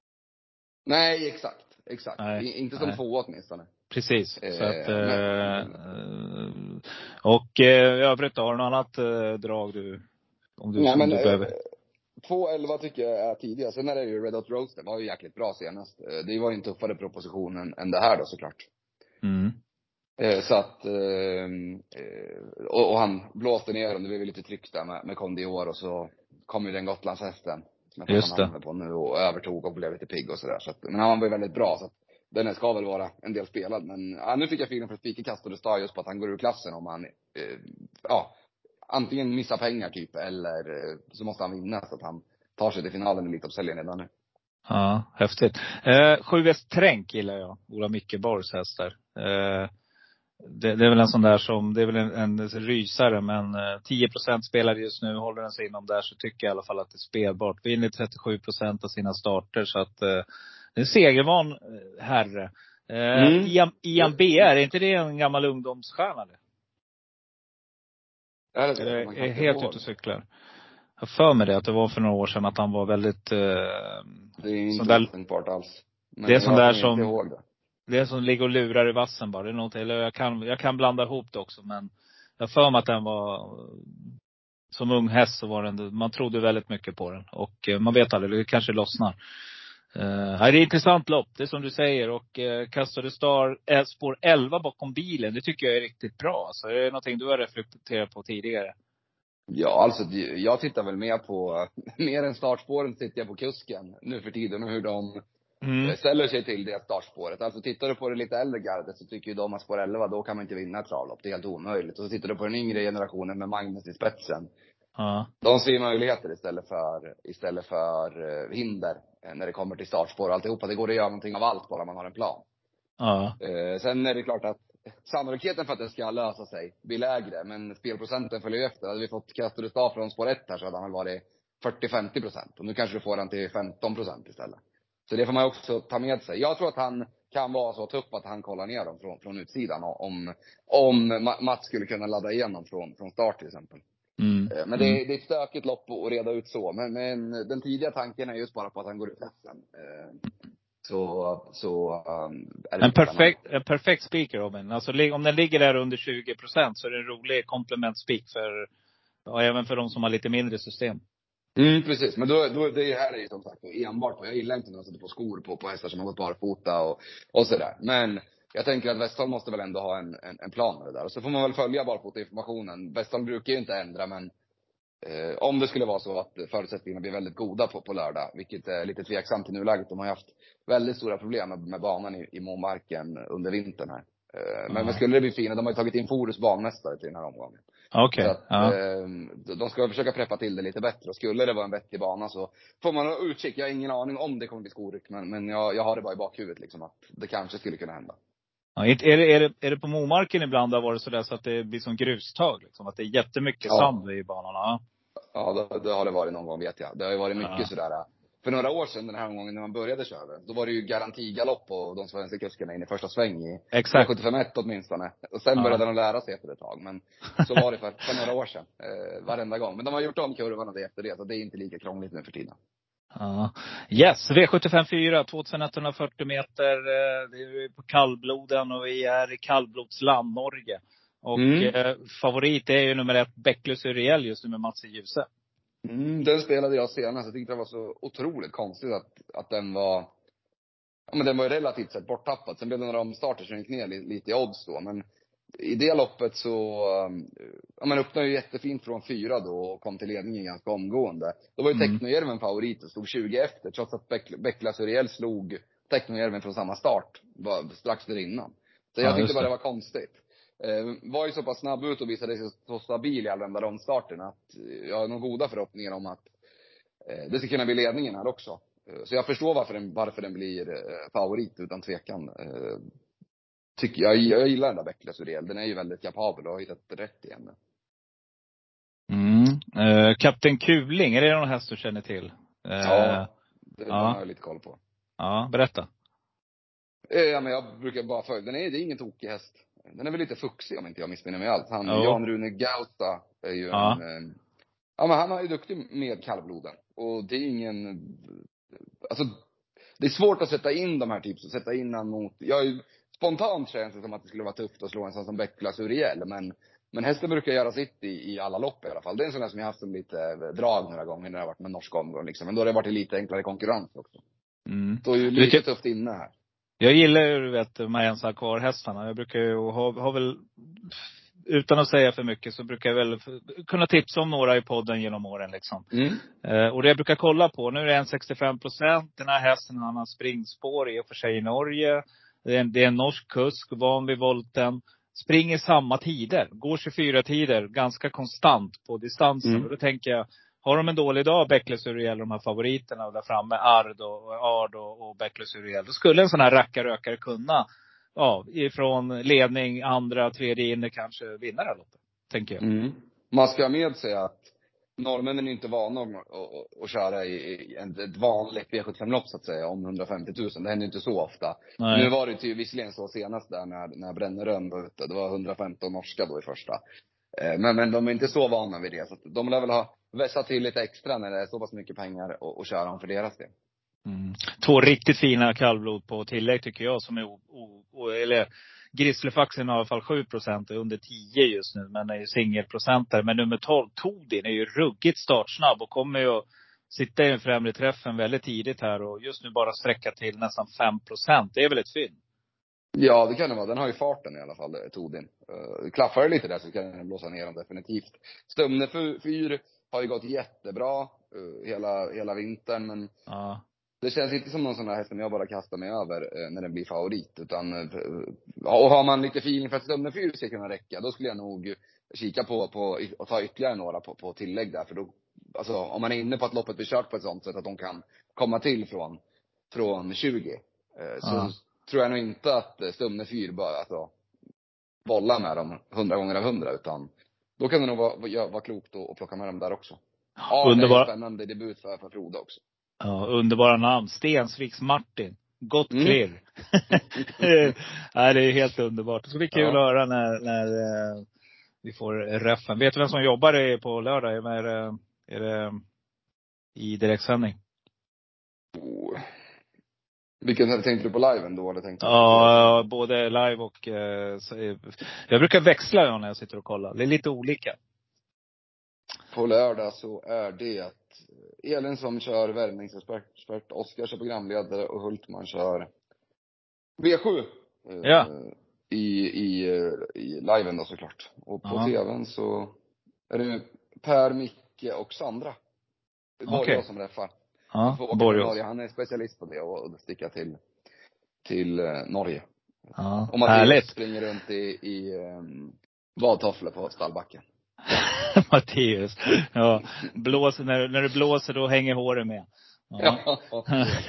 Nej, exakt. Exakt. Nej, inte som nej. två åtminstone. Precis. Eh, så att, men, eh, och eh, övrigt har du något annat eh, drag du, om du, nej, om men, du behöver? Eh, två elva tycker jag är tidiga. Sen är det ju Red Hot Roast. Det var ju jäkligt bra senast. Det var ju en tuffare proposition än, än det här då såklart. Mm. Eh, så att, eh, och, och han blåste ner och det blev lite tryck där med, med Kondior och så kom ju den Gotlandshästen. Som jag Just det. på nu och övertog och blev lite pigg och sådär. Så att, men han var ju väldigt bra så att den ska väl vara en del spelad. Men ja, nu fick jag filen för att spika Castor Star just på att han går ur klassen om han, eh, ja, antingen missar pengar typ eller eh, så måste han vinna så att han tar sig till finalen i Elitloppshelgen redan nu. Ja, häftigt. Eh, sju Väst Tränk gillar jag. Ola Mickeborgs hästar. Eh, det, det är väl en sån där som, det är väl en, en rysare, men eh, tio procent spelar just nu. Håller den sig inom där så tycker jag i alla fall att det är spelbart. Vinner trettiosju procent av sina starter så att eh, det är en segervan herre. Eh, mm. Ian, Ian B R, är inte det en gammal ungdomsstjärna det? Ja, det är, är, är helt ute och cyklar. Jag för mig det att det var för några år sedan att han var väldigt eh, det är inte otänkbart alls. Men det är sån där som det. det är som ligger och lurar i vassen bara. Det är något, eller jag kan jag kan blanda ihop det också, men jag för mig att den var som ung häst så var den, man trodde väldigt mycket på den och eh, man vet aldrig, det kanske lossnar. Eh, det är ett intressant lopp, det är som du säger, och eh, Castor Star är spår elva bakom bilen. Det tycker jag är riktigt bra. Så är det någonting du har reflekterat på tidigare? Ja, alltså jag tittar väl mer på, mer än startspåren tittar jag på kusken nu för tiden och hur de, Mm. ställer sig till det startspåret. Alltså tittar du på det lite äldre gardet så tycker ju de att spår elva, då kan man inte vinna ett travlopp. Det är helt omöjligt. Och så tittar du på den yngre generationen med Magnus i spetsen. Ja. De ser möjligheter istället för, istället för uh, hinder när det kommer till startspår och alltihopa. Det går att göra någonting av allt bara man har en plan. Ja. Uh, sen är det klart att sannolikheten för att det ska lösa sig blir lägre. Men spelprocenten följer efter. Hade vi fått Castor från spår ett här så hade han väl varit fyrtio till femtio procent. Och nu kanske du får han till femton procent istället. Så det får man också ta med sig. Jag tror att han kan vara så tuff att han kollar ner dem från, från utsidan. Om, om Mats skulle kunna ladda igenom från, från start till exempel. Mm. Men det är, det är ett stökigt lopp att reda ut så. Men, men den tidiga tanken är just bara på att han går ut nästan. Så, så um, är det En perfekt, en perfekt speaker, Robin. Alltså om den ligger där under tjugo procent så är det en rolig komplementspeak för, ja, även för de som har lite mindre system. Mm, precis. Men då, då, det här är ju som sagt enbart på, jag gillar inte när de sätter på skor på, på hästar som har gått barfota och, och sådär. Men jag tänker att Westholm måste väl ändå ha en, en, en plan med det där. Och så får man väl följa barfota-informationen. Westholm brukar ju inte ändra, men eh, om det skulle vara så att förutsättningarna blir väldigt goda på, på lördag, vilket är lite tveksamt i nuläget. De har ju haft väldigt stora problem med, med banan i, i Momarken under vintern här. Eh, men, men skulle det bli fina, de har ju tagit in Forus banmästare till den här omgången. Okej. Så att, Ja. eh, de ska försöka preppa till det lite bättre. Och skulle det vara en vettig bana så får man ha utkik. Jag har ingen aning om det kommer bli skoryck. Men, men jag, jag har det bara i bakhuvudet liksom, att det kanske skulle kunna hända. Ja, är, det, är, det, är det på Momarken ibland har varit sådär så att det blir som grustag? Liksom, att det är jättemycket Ja. sand i banorna? Ja, det, det har det varit någon gång, vet jag. Det har ju varit mycket Ja. sådär. För några år sedan, den här gången när man började köra, då var det ju garantigalopp på de svenska kuskarna in i första sväng i Exakt. sjuttiofem ett åtminstone. Och sen Ja. började de lära sig efter ett tag. Men så var det för, för några år sedan. Eh, varenda gång. Men de har gjort om kurvorna det efter det. Så det är inte lika krångligt nu för tiden. Ja. Yes, V sjuttiofem fyra, tjugoetthundrafyrtio meter. eh, Det är på kallbloden och vi är i kallblodsland, Norge. Och Mm. eh, favorit är ju nummer ett, Becklus Uriel just nu med Mats i Ljuse. Mm, den spelade jag senast. Jag tyckte det var så otroligt konstigt att, att den var, ja men den var ju relativt sett borttappad. Sen blev det några omstarter som gick ner lite i odds då. Men i det loppet så, ja man öppnade ju jättefint från fyra då och kom till ledningen ganska omgående. Då var ju Mm. Technojärven favorit och stod tjugo efter, trots att Becklus Uriel slog Technojärven från samma start, var strax där innan. Så jag Ja, tyckte just bara det. det var konstigt. Eh, var ju så pass snabb ut och visade sig så stabil i alla de där omstarterna att jag har nog goda förhoppningar om att eh, det ska kunna bli ledningen här också. Eh, så jag förstår varför den, varför den blir eh, favorit utan tvekan. Eh, tycker jag, jag gillar den där Becklus Uriel. Den är ju väldigt kapabel och har hittat rätt igen. Mm. Eh, Kapten Kuling, är det någon häst du känner till? Eh, Ja, det ja. har jag lite koll på. Ja, berätta. Eh, Ja, men jag brukar bara följa. Den är, det är ingen tokig häst. Den är väl lite fuxig om inte jag missminner mig allt. Han, Jo. Jan Rune Gauta är ju Ja. en, eh, ja men han är ju duktig med kallbloden. Och det är ingen, alltså, det är svårt att sätta in de här tipsen, sätta in han mot, jag, spontant känns det som att det skulle vara tufft att slå en sån som Becklus Uriel, men, men hästen brukar göra sitt i, i alla lopp i alla fall. Det är en sån här som jag haft som lite drag några gånger när det har varit med norska omgång liksom. Men då har det varit lite enklare konkurrens också. Mm. Så är ju Du lite vet, tufft inne här. jag gillar ju, du vet, de här ensam kvar hästarna. Jag brukar ju ha, ha väl, utan att säga för mycket, så brukar jag väl kunna tipsa om några i podden genom åren liksom. Mm. Eh, och det jag brukar kolla på, nu är det en sextiofem procent. Den här hästen, han har springspår i och för sig i Norge. Det är en, det är en norsk kusk, van vid volten. Springer samma tider, går tjugofyra tider, ganska konstant på distansen. Mm. Och då tänker jag, har de en dålig dag, Becklus Uriel, de här favoriterna, och där framme Ard och Ard och, och Becklus Uriel, då skulle en sån här rackarökare kunna, ja, ifrån ledning, andra, tredje inne kanske vinna det här loppet, tänker jag. Mm. Man ska ha med sig att norrmännen är inte vana att, att, att köra i, i ett vanligt V sjuttiofem-lopp så att säga, om hundrafemtio tusen. Det händer inte så ofta. Nej. Nu var det ju visserligen så senast där när, när Brännerön var ute. Det var hundrafemton norska då i första. Men, men de är inte så vana vid det. Så att de lär väl ha vässat till lite extra när det är så pass mycket pengar att, att köra om för deras del. Mm. Två riktigt fina kallblod på tillägg tycker jag, som är o, o, o, eller Grizzlyfaxen har i alla fall sju procent, under tio just nu, men är ju singelprocentare. Men nummer tolv, Todin, är ju ruggigt startsnabb och kommer ju att sitta i den främre träffen väldigt tidigt här, och just nu bara sträcka till nästan fem procent. Det är väl ett fynd? Ja, det kan det vara. Den har ju farten i alla fall, Todin. Uh, klaffar det lite där så kan den blåsa ner den definitivt. Stumne fyr har ju gått jättebra uh, hela, hela vintern, men Ja. Det känns inte som någon sån här häst som jag bara kastar mig över eh, när den blir favorit. Utan, eh, och har man lite feeling för att Stumne fyra ska kunna räcka, då skulle jag nog kika på, på och ta ytterligare några på, på tillägg där. För då, alltså om man är inne på att loppet blir kört på ett sånt sätt att de kan komma till från, från tjugo. Eh, så Ja. tror jag nog inte att Stumne fyra bara, alltså, bolla med dem hundra gånger av hundra. Utan då kan det nog vara, vara klokt att plocka med dem där också. Ja, det är Underbar, spännande debut för, för Frode också. ja, underbara namn. Stensviks Martin. Gott Mm. klirr. Nej, det är helt underbart. Det ska bli kul Ja. att höra när, när eh, vi får reffen. Vet du vem som jobbar på lördag? Är det, är det i direktsändning? Oh. Vilken tänkte du på liven då? Eller tänkte du på Ja, både live och eh, så, jag brukar växla ja, när jag sitter och kollar. Det är lite olika. På lördag så är det Elin som kör värmningsexpert, Oskar kör programledare och Hultman kör V sju. Eh, Ja. I, i, i liven då såklart. Och på Ja. tvn så är det Per, Micke och Sandra. Det är bara Okej. jag som räffar. Ja, Han får åka till Borgås. Norge. Han är specialist på det och sticka till, till eh, Norge. Ja, Och Mattias härligt. springer runt i, i um, badtofflor på stallbacken. Mattias. Ja, blåser, när, när det blåser då hänger håret med. Ja. Ja.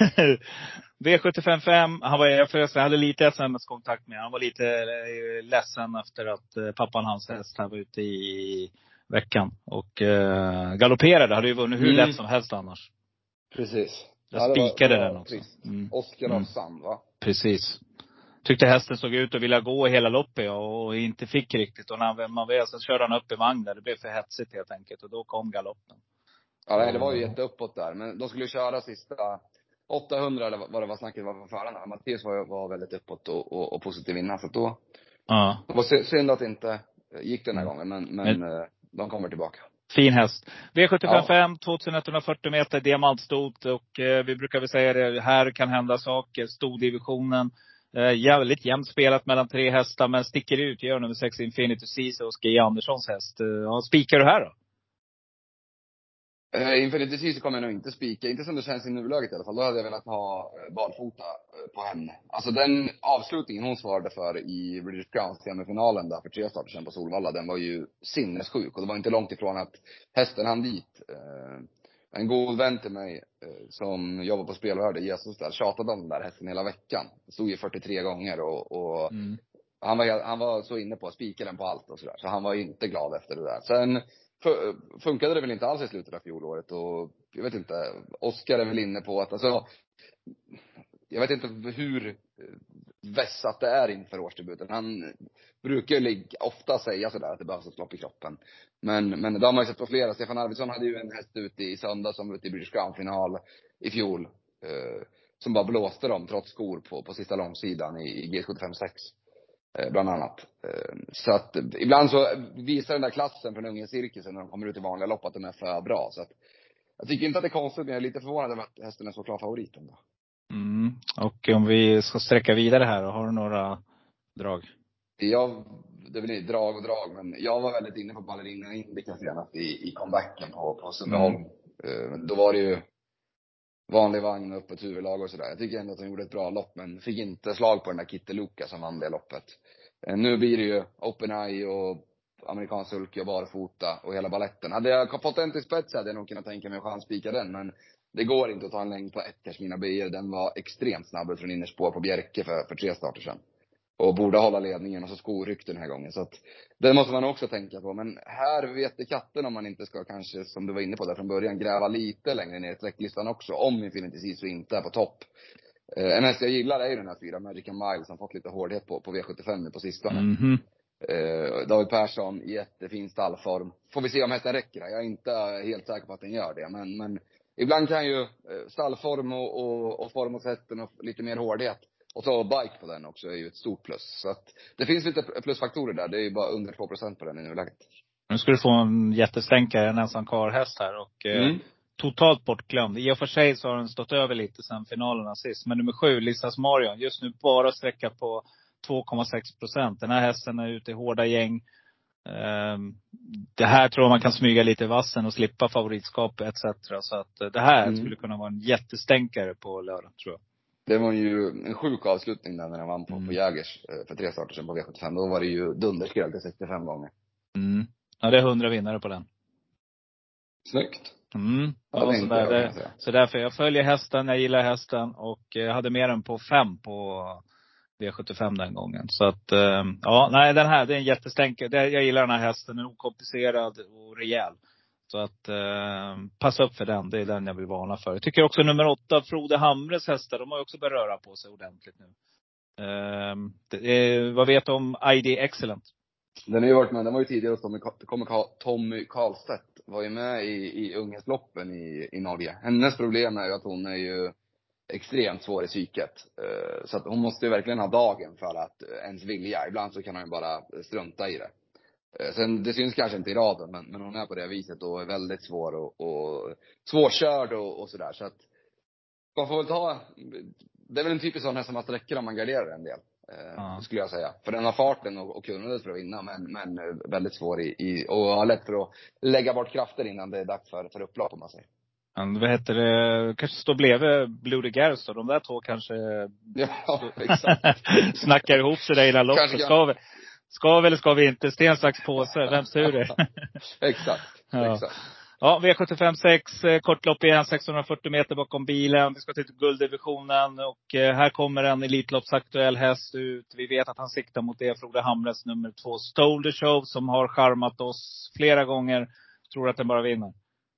V sjuttiofem fem, han var, jag förresten, jag hade lite sms-kontakt med. Han var lite eh, ledsen efter att eh, pappan hans häst här var ute i veckan. Och eh, galopperade, hade ju vunnit hur Mm. lätt som helst annars. Precis. Jag Ja, det var, spikade det var den också. trist. Mm. Oskar Mm. av Sand, va? Precis. Tyckte hästen såg ut att vilja gå hela loppet och inte fick riktigt. Och när man vet så körde han upp i vagn där. Det blev för hetsigt helt enkelt. Och då kom galoppen. Ja, nej, det var ju jätteuppåt där. Men de skulle köra sista åttahundra eller vad det var snacket var på förhand. Mattias var, var väldigt uppåt och, och, och positiv innan. Så då, Ja. det var synd att det inte gick den här Mm. gången. Men, men, men de kommer tillbaka. Fin häst. V sjuttiofem fem, Ja. tjugoett fyrtio meter, diamantstot. Och eh, vi brukar väl säga det, här kan hända saker. Stordivisionen. Eh, jävligt jämnt spelat mellan tre hästar. Men sticker ut, gör nummer sex Infinity Caesar och Skia Anderssons häst. Eh, ja, spikar du här då? Eh, inför lite tid så kommer jag nog inte spika. Inte som det känns i nuläget i alla fall. Då hade jag velat ha eh, barfota eh, på henne. Alltså den avslutningen hon svarade för i British Crown semifinalen där för tre starter sedan på Solvalla. Den var ju sinnessjuk. Och det var inte långt ifrån att hästen hann dit. Eh, en god vän till mig eh, som jobbar på spelvärde, Jesus där, tjatade om den där hästen hela veckan. Det stod ju fyrtiotre gånger och, och Mm. han var, han var så inne på att spika den på allt och sådär. Så han var inte glad efter det där. Sen funkade det väl inte alls i slutet av fjolåret. Och jag vet inte, Oskar är väl inne på att, alltså, jag vet inte hur vässat det är inför årsdebuten. Han brukar ju ofta säga sådär att det behövs ett lopp i kroppen. Men, men det har man ju sett på flera. Stefan Arvidsson hade ju en häst ute i söndag som var ute i British Crown-final i fjol. Eh, som bara blåste dem trots skor på, på sista långsidan i, i G sjuttiofem sex. Bland annat. Så att ibland så visar den där klassen för den unga cirkusen när de kommer ut i vanliga lopp att de är för bra. Så att jag tycker inte att det är konstigt, men jag är lite förvånad över att hästen är så klar favoriten då. Mm. Och om vi ska sträcka vidare här, har du några drag? Jag, det är väl drag och drag, men jag var väldigt inne på Ballerina Indica senast i, i comebacken på, på Sundbyholm. Mm. Uh, då var det ju vanlig vagn och öppet huvudlag och sådär. Jag tycker ändå att de gjorde ett bra lopp, men fick inte slag på den där Kitteluka som vann det loppet. Uh, nu blir det ju Open Eye och amerikansk sulky och barfota och hela balletten. Hade jag fått en till spets hade jag nog kunnat tänka mig att chanspika den, men det går inte att ta en längd på ett Kashmina B. Den var extremt snabb från innerspår på Bjerke för, för tre starter sedan. Och borde hålla ledningen och så skoryck den här gången. Så att det måste man också tänka på. Men här vet det katten om man inte ska kanske, som du var inne på där från början, gräva lite längre ner i sträcklistan också. Om Infinity Caesar inte är på topp. Eh, en häst jag gillar är ju den här fyra, Magical Mile, som fått lite hårdhet på, på V sjuttiofem på sistone. Mm-hmm. Eh, David Persson, jättefin stallform. Får vi se om hästen räcker. Jag är inte helt säker på att den gör det. Men, men ibland kan ju stallform och, och, och form hos hästen och lite mer hårdhet. Och så bike på den också är ju ett stort plus. Så att det finns lite plusfaktorer där. Det är ju bara under två procent på den i nuläget. Nu ska du få en jättestänkare, en ensam karlhäst här. Och eh, Mm. totalt bortglömd. I och för sig så har den stått över lite sen finalerna sist. Men nummer sju, Lissas Marion, just nu bara sträckat på två komma sex procent. Den här hästen är ute i hårda gäng. Um, det här tror jag man kan smyga lite i vassen och slippa favoritskap et cetera. Så att uh, det här mm. skulle kunna vara en jättestänkare på lördag, tror jag. Det var ju en sjuk avslutning där när han vann på, mm. på Jägers för tre starter sedan på V sjuttiofem. Då var det ju dunderskräll till sextiofem gånger. Mm. Ja, det är hundra vinnare på den. Snyggt. Mm. Ja, så, där, det, så därför jag följer hästen, jag gillar hästen. Och jag hade med den på fem på V sjuttiofem den gången. Så att, ja, nej, den här, det är en jättestänkare. Jag gillar den här hästen, den är okomplicerad och rejäl. Så att, eh, passa upp för den, det är den jag vill varna för. Jag tycker också nummer åtta, Frode Hamres hästar, de har ju också börjat röra på sig ordentligt nu. Eh, det är, vad vet du om I D Excellent? Den har ju varit med, den var ju tidigare hos Tommy, Tommy Karlstedt. Var ju med i, i Ungensloppen i, i Norge. Hennes problem är ju att hon är ju extremt svår i psyket. Uh, så att hon måste ju verkligen ha dagen för att ens vilja. Ibland så kan hon ju bara strunta i det. Uh, sen, det syns kanske inte i raden, men, men hon är på det viset och är väldigt svår och, och svårkörd och, och sådär. Så att man får väl ta, det är väl en typisk sån här som man sträcker om man garderar en del. Uh, skulle jag säga. För den har farten och, och kunnandet för att vinna, men, men väldigt svår i, i, och har lätt för att lägga bort krafter innan det är dags för, för upplopp, om man säger. Men vad heter det, kanske står bredvid Bloody Garrus då. De där två kanske ja, exakt. snackar ihop sig där innan loppet. Ska vi, ska vi eller ska vi inte? Sten, sax, påse. Vem tur det? Exakt, ja. exakt. Ja, V sjuttiofem sex, kortlopp igen, sexhundrafyrtio meter bakom bilen. Vi ska till gulddivisionen och här kommer en Elitloppsaktuell häst ut. Vi vet att han siktar mot det, Frode Hamres nummer två, Stole the Show, som har charmat oss flera gånger. Tror att den bara vinner?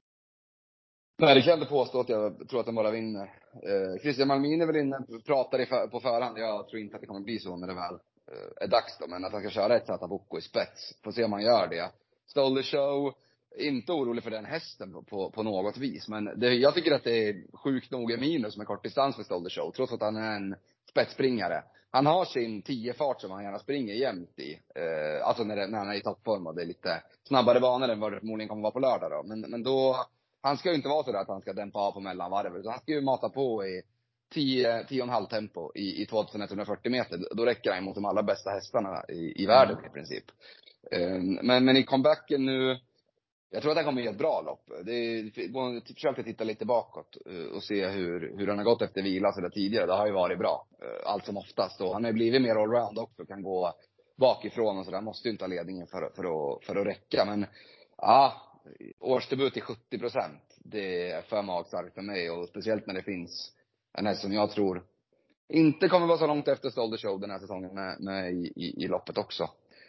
Nej, det kan jag inte påstå att jag tror att den bara vinner. Eh, Christian Malmin är väl inne, pratar i för, på förhand. Jag tror inte att det kommer bli så när det väl eh, är dags då. Men att han ska köra ett Zata Boko i spets. Får se om han gör det. Stole the Show, inte orolig för den hästen på, på, på något vis. Men det, jag tycker att det är sjukt nog en minus med kort distans för Stole the Show. Trots att han är en spetsspringare. Han har sin tio fart som han gärna springer jämt i. Eh, alltså när, det, när han är i toppform och det är lite snabbare banor än vad det förmodligen kommer vara på lördag då. Men, men då, han ska ju inte vara så där att han ska dämpa av på mellanvarv. Utan han ska ju mata på i tio, tio och en halv tempo i, i tjugoetthundrafyrtio meter. Då räcker han mot de allra bästa hästarna i, i världen i princip. Eh, men, men i comebacken nu, jag tror att han kommer ge ett bra lopp. Det är, försökte titta lite bakåt och se hur, hur han har gått efter vila så där tidigare. Det har ju varit bra. Allt som oftast. Och han har ju blivit mer allround också. Kan gå bakifrån och sådär. Måste ju inte ha ledningen för, för, att, för att räcka. Men ja, årsdebut i sjuttio procent. Det är för magstarkt för mig. Och speciellt när det finns en häst som jag tror inte kommer vara så långt efter Stole the Show den här säsongen med, med i, i, i loppet också.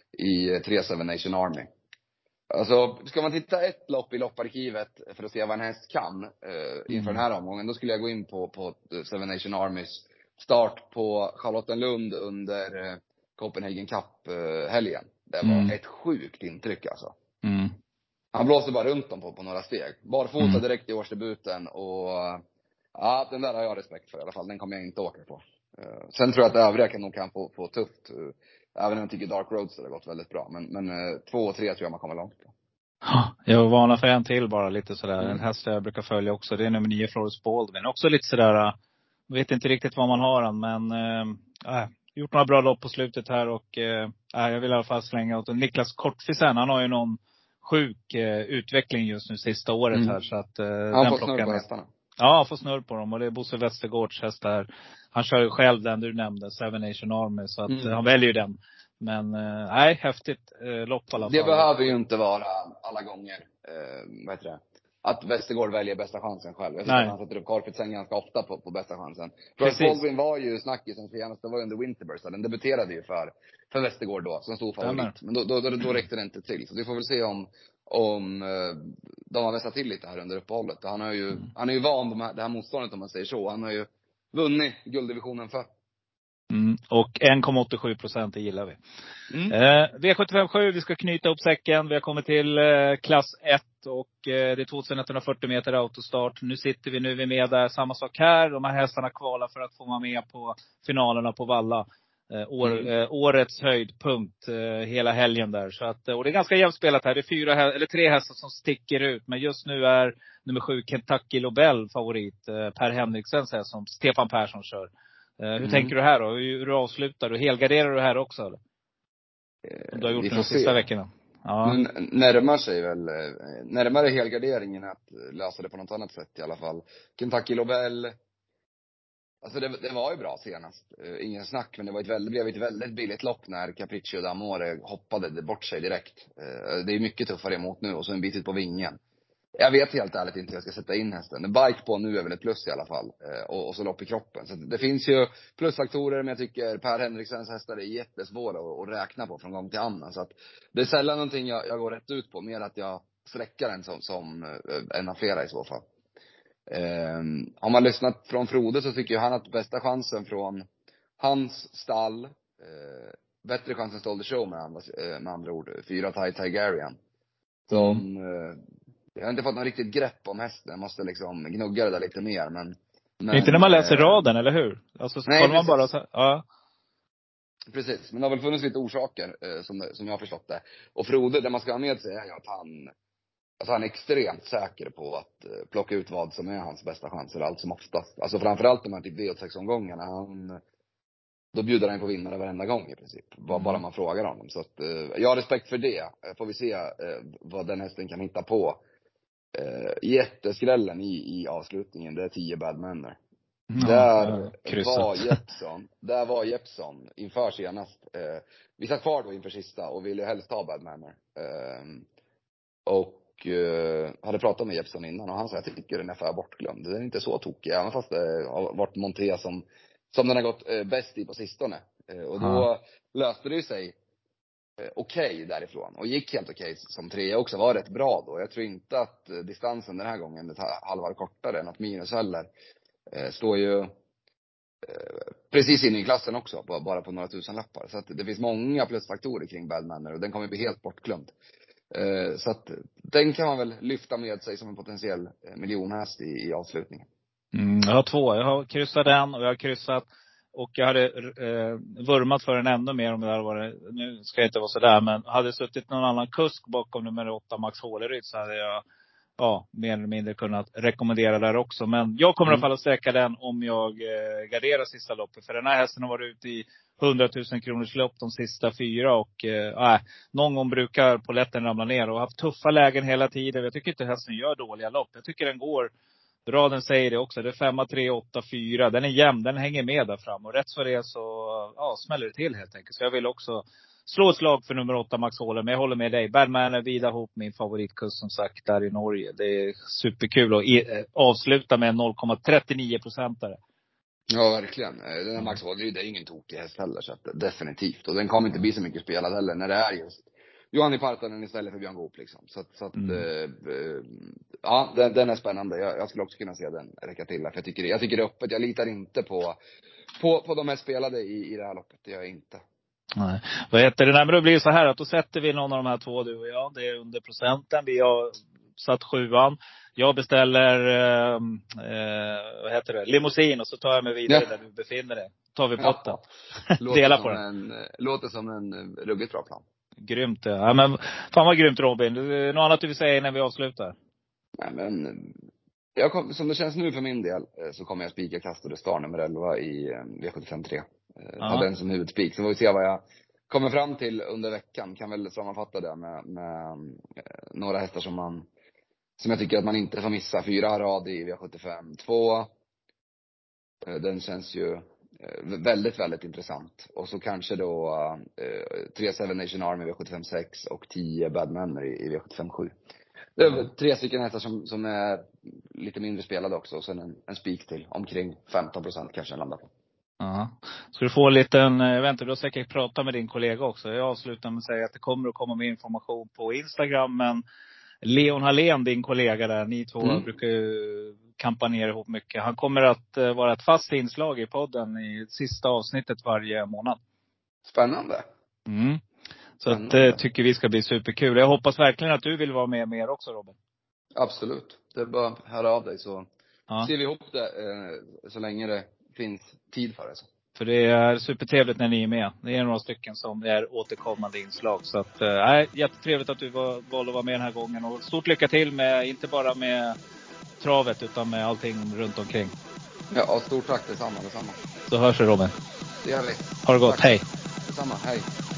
I tre Seven Nation Army. Alltså, ska man titta ett lopp i lopparkivet för att se vad en häst kan eh, inför mm. den här omgången, då skulle jag gå in på, på Seven Nation Armys start på Charlottenlund under eh, Copenhagen Cup-helgen. Eh, det var mm. ett sjukt intryck alltså. Mm. Han blåste bara runt dem på, på några steg. Barfota mm. direkt i årsdebuten och ja, den där har jag respekt för i alla fall. Den kommer jag inte åka på. Eh, sen tror jag att övriga kan nog kan få, få tufft. Även om jag tycker Dark Roads har gått väldigt bra. Men, men eh, två och tre tror jag man kommer långt på. Jag var vana för en till bara lite sådär. Mm. En häst jag brukar följa också. Det är nummer nio, Flores Baldwin. Också lite sådär, jag vet inte riktigt vad man har han. Men äh, gjort några bra lopp på slutet här. Och äh, jag vill i alla fall slänga åt Niklas Kortfisen. Han har ju någon sjuk äh, utveckling just nu sista året mm. här. Så att, äh, han får snurr på hästarna. Ja, han får snurr på dem. Och det är Bosse Westergårds hästar. Han kör ju själv den du nämnde, Seven Nation Army. Så att mm. han väljer ju den. Men nej, äh, häftigt äh, lopp i alla fall. Det behöver ju inte vara alla gånger, äh, vad heter det? Att Westergård väljer bästa chansen själv. Jag tycker att han sätter upp Korpitsen ganska ofta på, på bästa chansen. Flores Baldwin var ju snackisen senast, det var ju under Winterburst. Den debuterade ju för, för Westergård då, som stor favorit. Men då, då, då, då räckte det inte till. Så vi får väl se om, om de har vässat till lite här under uppehållet. Han har ju, mm. han är ju van de här, det här motståndet om man säger så. Han har ju vunnit gulddivisionen för. Mm. Och en komma åttiosju procent, det gillar vi. Mm. Eh, V sjuttiofem sju, vi ska knyta upp säcken. Vi har kommit till eh, klass ett och eh, det är tjugoetthundrafyrtio meter autostart. Nu sitter vi, nu är vi med där. Samma sak här. De här hästarna kvalar för att få vara med på finalerna på Valla. Eh, år, mm. eh, årets höjdpunkt eh, hela helgen där. Så att, och det är ganska jämnt spelat här. Det är fyra hä- eller tre hästar som sticker ut. Men just nu är nummer sju Kentucky Lobel favorit. Eh, Per Henriksen säger som Stefan Persson kör. Uh, hur mm. tänker du här då? Hur, hur avslutar du? Helgarderar du här också eller? Uh, du har gjort det de sista se. veckorna. Ja. Men närmar sig väl, närmare helgarderingen att lösa det på något annat sätt i alla fall. Kentucky Lobel, alltså det, det var ju bra senast. Uh, ingen snack, men det var ett väldigt, blev ett väldigt billigt lopp när Capriccio D'Amore hoppade bort sig direkt. Uh, det är mycket tuffare emot nu och så en bit ut på vingen. Jag vet helt ärligt inte hur jag ska sätta in hästen. En bike på nu är väl ett plus i alla fall. Uh, och, och så lopp i kroppen. Så det finns ju plusfaktorer, men jag tycker Per Henriksens hästar är jättesvåra att, att räkna på från gång till annan. Så att det är sällan någonting jag, jag går rätt ut på. Mer att jag sträcker den som, som uh, en av flera i så fall. Um, har man lyssnat från Frode så tycker jag han att bästa chansen från hans stall, uh, bättre chans än Stole the Show med andra, uh, med andra ord, fyra Ty Tigerian. Som, mm. uh, jag har inte fått något riktigt grepp om hästen, jag måste liksom gnugga det där lite mer, men, men inte när man läser uh, raden, eller hur? Alltså, nej, kollar man bara så, ja. Precis, men det har väl funnits lite orsaker, uh, som, som jag har förstått det. Och Frode, det man ska ha med sig är ju att han Alltså han är extremt säker på att uh, plocka ut vad som är hans bästa chanser allt som oftast. Alltså framförallt de här typ V åttiosex-omgångarna. Han, då bjuder han på vinnare varenda gång i princip. Bara, mm. bara man frågar honom. Så att, uh, jag har respekt för det. Uh, får vi se uh, vad den hästen kan hitta på. Uh, jätteskrällen i, i avslutningen, det är tio Bad Manor. Mm. Där ja, var Jeppson. Där var Jeppson inför senast. Uh, vi satt kvar då inför sista och ville helst ha Bad Manor. Uh, och Och uh, hade pratat med Jeppson innan och han sa att jag tycker den är för bortglömd. Den är inte så tokig, även fast det har varit Monté som, som den har gått uh, bäst i på sistone. Uh, och då ja. löste det sig uh, okej okay därifrån. Och gick helt okej okay, som tre också, var rätt bra då. Jag tror inte att uh, distansen den här gången, ett halvår kortare än att minus heller. Uh, står ju uh, precis inne i klassen också, på, bara på några tusen lappar. Så att det finns många plusfaktorer kring Bad Manor och den kommer bli helt bortglömd. Uh, så att den kan man väl lyfta med sig som en potentiell miljonhäst i, i avslutningen. Mm, jag har två. Jag har kryssat den och jag har kryssat. Och jag hade eh, vurmat för den ännu mer om det hade varit, nu ska jag inte vara sådär, men hade suttit någon annan kusk bakom nummer åtta Max Håleryd så hade jag ja, mer eller mindre kunnat rekommendera där också. Men jag kommer mm. i alla fall att sträcka den om jag eh, garderar sista loppet. För den här hästen har varit ute i hundratusen kronors lopp de sista fyra. Och eh, någon gång brukar poletten ramla ner. Och haft tuffa lägen hela tiden. Jag tycker inte hästen gör dåliga lopp. Jag tycker den går, raden säger det också. Det är femma, tre, åtta, fyra. Den är jämn, den hänger med där fram. Och rätt för det så ja, smäller det till helt enkelt. Så jag vill också slå ett slag för nummer åtta Max Håler. Men jag håller med dig. Bad Manor vida ihop min favoritkurs som sagt där i Norge. Det är superkul att e- avsluta med en noll komma trettionio procentare. Ja, verkligen. Den här Max Håler, det är ingen tokig häst heller. Så att, definitivt. Och den kommer inte bli så mycket spelad heller när det är just Johanni Partanen istället för Björn Goop liksom. Så, så att, mm. eh, ja, den, den är spännande. Jag, jag skulle också kunna se den räcka till. För jag tycker, jag tycker det är öppet. Jag litar inte på, på, på de här spelade i, i det här loppet. Det gör jag inte. Nej. Vad heter det? Nej, men då blir det så här att då sätter vi någon av de här två, du och jag. Det är under procenten. Vi har satt sjuan. Jag beställer, eh, eh, vad heter det? Limousin och så tar jag mig vidare ja. där du befinner dig. Tar vi potten. Ja. Dela på den. Låter som en ruggigt bra plan. Grymt, ja. Men fan vad grymt Robin. Du, något annat du vill säga innan vi avslutar? Nej men, jag kom, som det känns nu för min del så kommer jag spika Kastade Star nummer elva i V sjuttiofem tre. Ja. Ha den som huvudspik. Så får vi se vad jag kommer fram till under veckan. Kan väl sammanfatta det med, med några hästar som man som jag tycker att man inte får missa. Fyra Haradi i V sjuttiofem två. Den känns ju väldigt, väldigt intressant. Och så kanske då eh, tre Seven Nation Army i V sjuttiofem sex och tio Bad Manor i, i V sjuttiofem sju. Det är mm. tre stycken hästar som, som är lite mindre spelade också. Och sen en, en spik till. Omkring femton procent kanske landar på. Ja. Ska du få en liten, jag vet inte, du har säkert pratat med din kollega också. Jag avslutar med att säga att det kommer att komma med information på Instagram. Men Leon Hallén, din kollega där, ni två mm. brukar ju kampanjera ihop mycket. Han kommer att vara ett fast inslag i podden i sista avsnittet varje månad. Spännande. Mm. Så att det tycker vi ska bli superkul. Jag hoppas verkligen att du vill vara med mer också, Robin. Absolut. Det är bara att höra av dig så ja. ser vi ihop det eh, så länge det finns tid för det. Så. För det är supertrevligt när ni är med. Det är några stycken som är återkommande inslag. Så att, äh, jättetrevligt att du var, valde att vara med den här gången. Och stort lycka till med, inte bara med travet utan med allting runt omkring. Ja, stort tack detsamma, detsamma. Så hörs vi Robin. Det gör vi. Ha det gott, tack. Hej. Detsamma, hej.